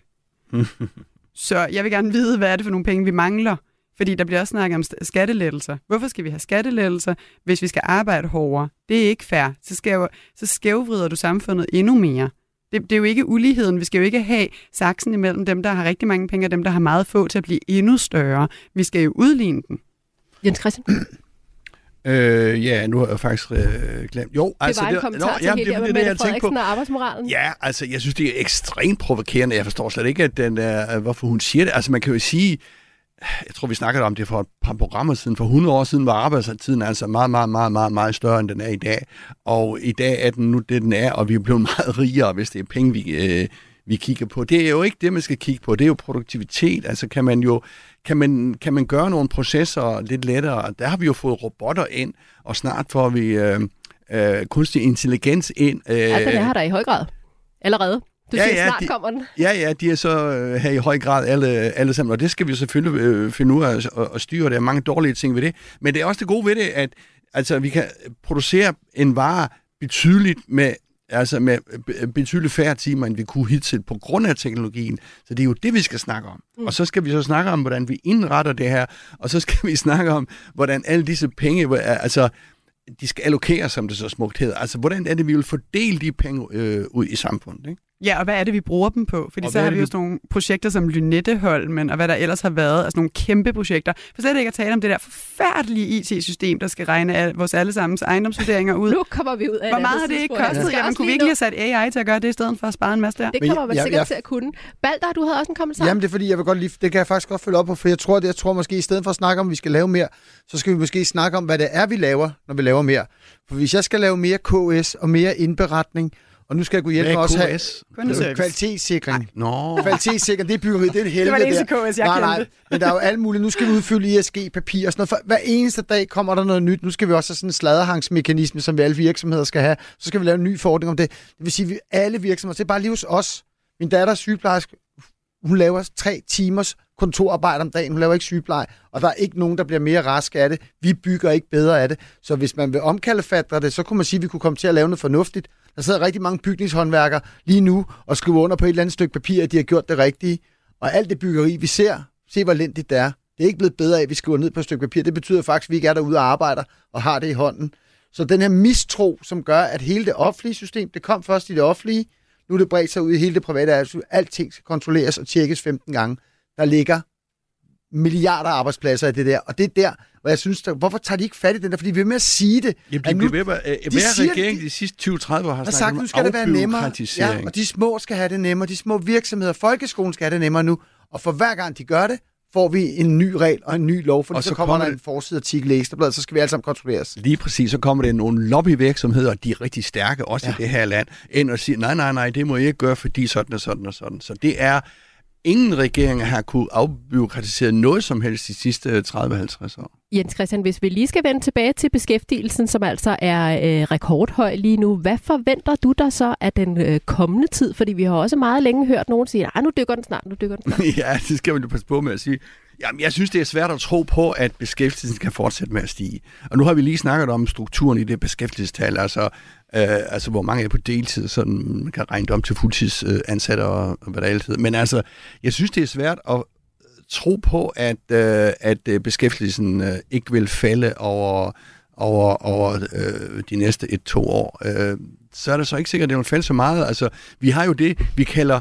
Så jeg vil gerne vide, hvad er det for nogle penge, vi mangler? Fordi der bliver også snakket om skattelettelser. Hvorfor skal vi have skattelettelser, hvis vi skal arbejde hårdere? Det er ikke fair. Så, skæv, så skævvrider du samfundet endnu mere. Det, det er jo ikke uligheden. Vi skal jo ikke have saksen imellem dem, der har rigtig mange penge, og dem, der har meget få, til at blive endnu større. Vi skal jo udligne den. Jens Christian? Øh, ja, nu har jeg faktisk øh, glemt. Jo, det altså, var en kommentar nå, til jamen, hele det, det, det, med det, Mette Frederiksen og arbejdsmoralen. Ja, altså, jeg synes, det er ekstremt provokerende. Jeg forstår slet ikke, at den er, hvorfor hun siger det. Altså, man kan jo sige, jeg tror, vi snakkede om det for et par programmer siden. For hundrede år siden var arbejdstiden altså meget, meget, meget, meget, meget større, end den er i dag. Og i dag er den nu det, den er, og vi er blevet meget rigere, hvis det er penge, vi, øh, vi kigger på. Det er jo ikke det, man skal kigge på. Det er jo produktivitet. Altså, kan man jo kan man, kan man gøre nogle processer lidt lettere. Der har vi jo fået robotter ind, og snart får vi øh, øh, kunstig intelligens ind. Øh, ja, den er her der i høj grad. Allerede. Du ja, siger, ja, snart de, kommer den. Ja, ja, de er så øh, her i høj grad alle, alle sammen, og det skal vi selvfølgelig øh, finde ud af at, at styre. Der er mange dårlige ting ved det, men det er også det gode ved det, at altså, vi kan producere en vare betydeligt med, altså med betydeligt færre timer, end vi kunne hidtil på grund af teknologien. Så det er jo det, vi skal snakke om. Mm. Og så skal vi så snakke om, hvordan vi indretter det her, og så skal vi snakke om, hvordan alle disse penge, altså de skal allokeres, som det så smukt hedder. Altså, hvordan er det, vi vil fordele de penge øh, ud i samfundet, ikke? Ja, og hvad er det, vi bruger dem på? Fordi og så har vi jo sådan nogle projekter som Lynetteholmen, og hvad der ellers har været, altså nogle kæmpe projekter. For slet ikke at tale om det der forfærdelige I T-system, der skal regne al, vores allesammens ejendomsvurderinger ud. Nu kommer vi ud af Hvor meget har det ikke kostet? Ja, man kunne virkelig have sat A I til at gøre det, i stedet for at spare en masse der. Det kommer man ja, sikkert ja, til at kunne. Balder, du havde også en kommentar. Jamen, det er fordi, jeg vil godt lige, det kan jeg faktisk godt følge op på, for jeg tror, det, jeg tror måske, i stedet for at snakke om, at vi skal lave mere, så skal vi måske snakke om, hvad det er, vi laver, når vi laver mere. For hvis jeg skal lave mere K S og mere indberetning, og nu skal jeg gå hjælpe med også have kvalitetssikring. Nå. Kvalitetssikring, det er byggeri, det er en helvede. Det var det eneste K S, jeg nej, kendte. nej, men der er jo alt muligt. Nu skal vi udfylde I S G-papir og sådan noget. For hver eneste dag kommer der noget nyt. Nu skal vi også have sådan en sladderhangsmekanisme, som vi alle virksomheder skal have. Så skal vi lave en ny forordning om det. Det vil sige, at alle virksomheder, det er bare lige hos os. Min datter er sygeplejerske. Hun laver tre timers kontorarbejde om dagen. Hun laver ikke sygepleje, og der er ikke nogen, der bliver mere rask af det. Vi bygger ikke bedre af det. Så hvis man vil omkalfatre det, så kunne man sige, at vi kunne komme til at lave noget fornuftigt. Der sidder rigtig mange bygningshåndværkere lige nu og skriver under på et eller andet stykke papir, at de har gjort det rigtige. Og alt det byggeri, vi ser, se hvor elendigt det er. Det er ikke blevet bedre af, at vi skriver ned på et stykke papir. Det betyder faktisk, at vi ikke er derude og arbejder og har det i hånden. Så den her mistro, som gør, at hele det offentlige system, det kom først i det offentlige, nu er det bredt sig ud i hele det private. Alting skal kontrolleres og tjekkes femten gange. Der ligger milliarder af arbejdspladser i det der. Og det er der, hvor jeg synes, der, hvorfor tager de ikke fat i den der? Fordi vi er med at sige det. Jamen, de bliver ved med, øh, hver regering de, de sidste tyve til tredive år har sagt, snakket nu skal det være nemmere. Ja, og de små skal have det nemmere. De små virksomheder, folkeskolen skal have det nemmere nu. Og for hver gang de gør det, får vi en ny regel og en ny lov, for så, så kommer der det... en forsideartikel i Ekstrabladet, så skal vi alle sammen kontrolleres. Lige præcis, så kommer der nogle lobbyvirksomheder, de er rigtig stærke, også ja. i det her land, ind og siger, nej, nej, nej, det må I ikke gøre, fordi sådan og sådan og sådan. Så det er, ingen regeringer har kunne afbureaukratisere noget som helst de sidste tredive til halvtreds år. Jens Christian, hvis vi lige skal vende tilbage til beskæftigelsen, som altså er øh, rekordhøj lige nu, hvad forventer du dig så af den øh, kommende tid? Fordi vi har også meget længe hørt nogen sige, nej, nu dykker den snart, nu dykker den snart. Ja, det skal man jo passe på med at sige. Jamen, jeg synes, det er svært at tro på, at beskæftigelsen kan fortsætte med at stige. Og nu har vi lige snakket om strukturen i det beskæftigelsestal, altså, øh, altså hvor mange er på deltid, så man kan regne det om til fuldtidsansatte og, og hvad der altid. Men altså, jeg synes, det er svært at tro på, at, øh, at beskæftigelsen øh, ikke vil falde over, over, over øh, de næste et, to år. Øh, så er det så ikke sikkert, at det vil falde så meget. Altså, vi har jo det, vi kalder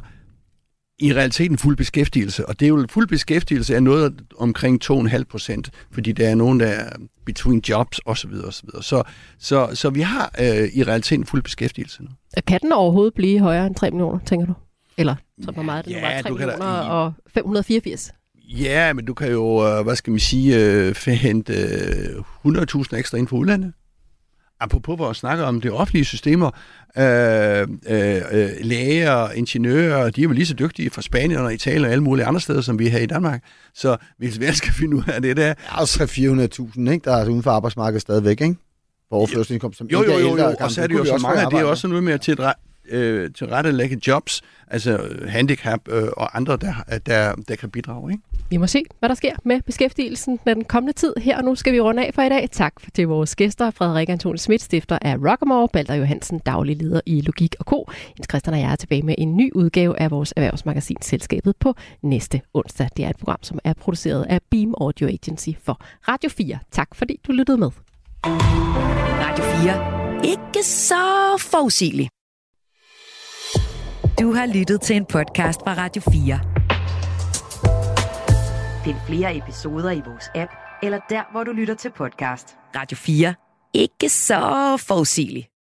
i realiteten fuld beskæftigelse, og det er jo fuld beskæftigelse er noget omkring to komma fem procent, fordi der er nogen, der er between jobs osv. osv. Så, så, så vi har øh, i realiteten fuld beskæftigelse nu. Kan den overhovedet blive højere end tre millioner, tænker du? Eller så hvor meget det nu ja, var, tre millioner da, og fem hundrede og fireogfirs? Ja, men du kan jo, hvad skal man sige, hente hundrede tusind ekstra ind fra udlandet. Apropos hvor at snakke om det offentlige systemer, øh, øh, læger, ingeniører, de er jo lige så dygtige fra Spanien og Italien og alle mulige andre steder, som vi er her i Danmark. Så hvis vi skal finde ud af det der... Der er også tre hundrede til fire hundrede tusind, ikke? Der er uden for arbejdsmarkedet stadigvæk, ikke? På overførselsindkomst, som jo, jo, jo, jo, ældre, og så er det jo så mange, det er også noget med til at dreje... øh, tilrettelægge jobs, altså handicap øh, og andre, der, der, der kan bidrage, ikke? Vi må se, hvad der sker med beskæftigelsen med den kommende tid. Her og nu skal vi runde af for i dag. Tak til vores gæster, Frederik Antoni Schmidt, stifter af Rockamore, Balder Johansen, daglig leder i Logik og Co. Jens Christian og jeg er tilbage med en ny udgave af vores erhvervsmagasin Selskabet på næste onsdag. Det er et program, som er produceret af Beam Audio Agency for Radio fire. Tak fordi du lyttede med. Radio fire. Ikke så forudsigeligt. Du har lyttet til en podcast fra Radio fire. Find flere episoder i vores app, eller der, hvor du lytter til podcast. Radio fire. Ikke så forudsigeligt.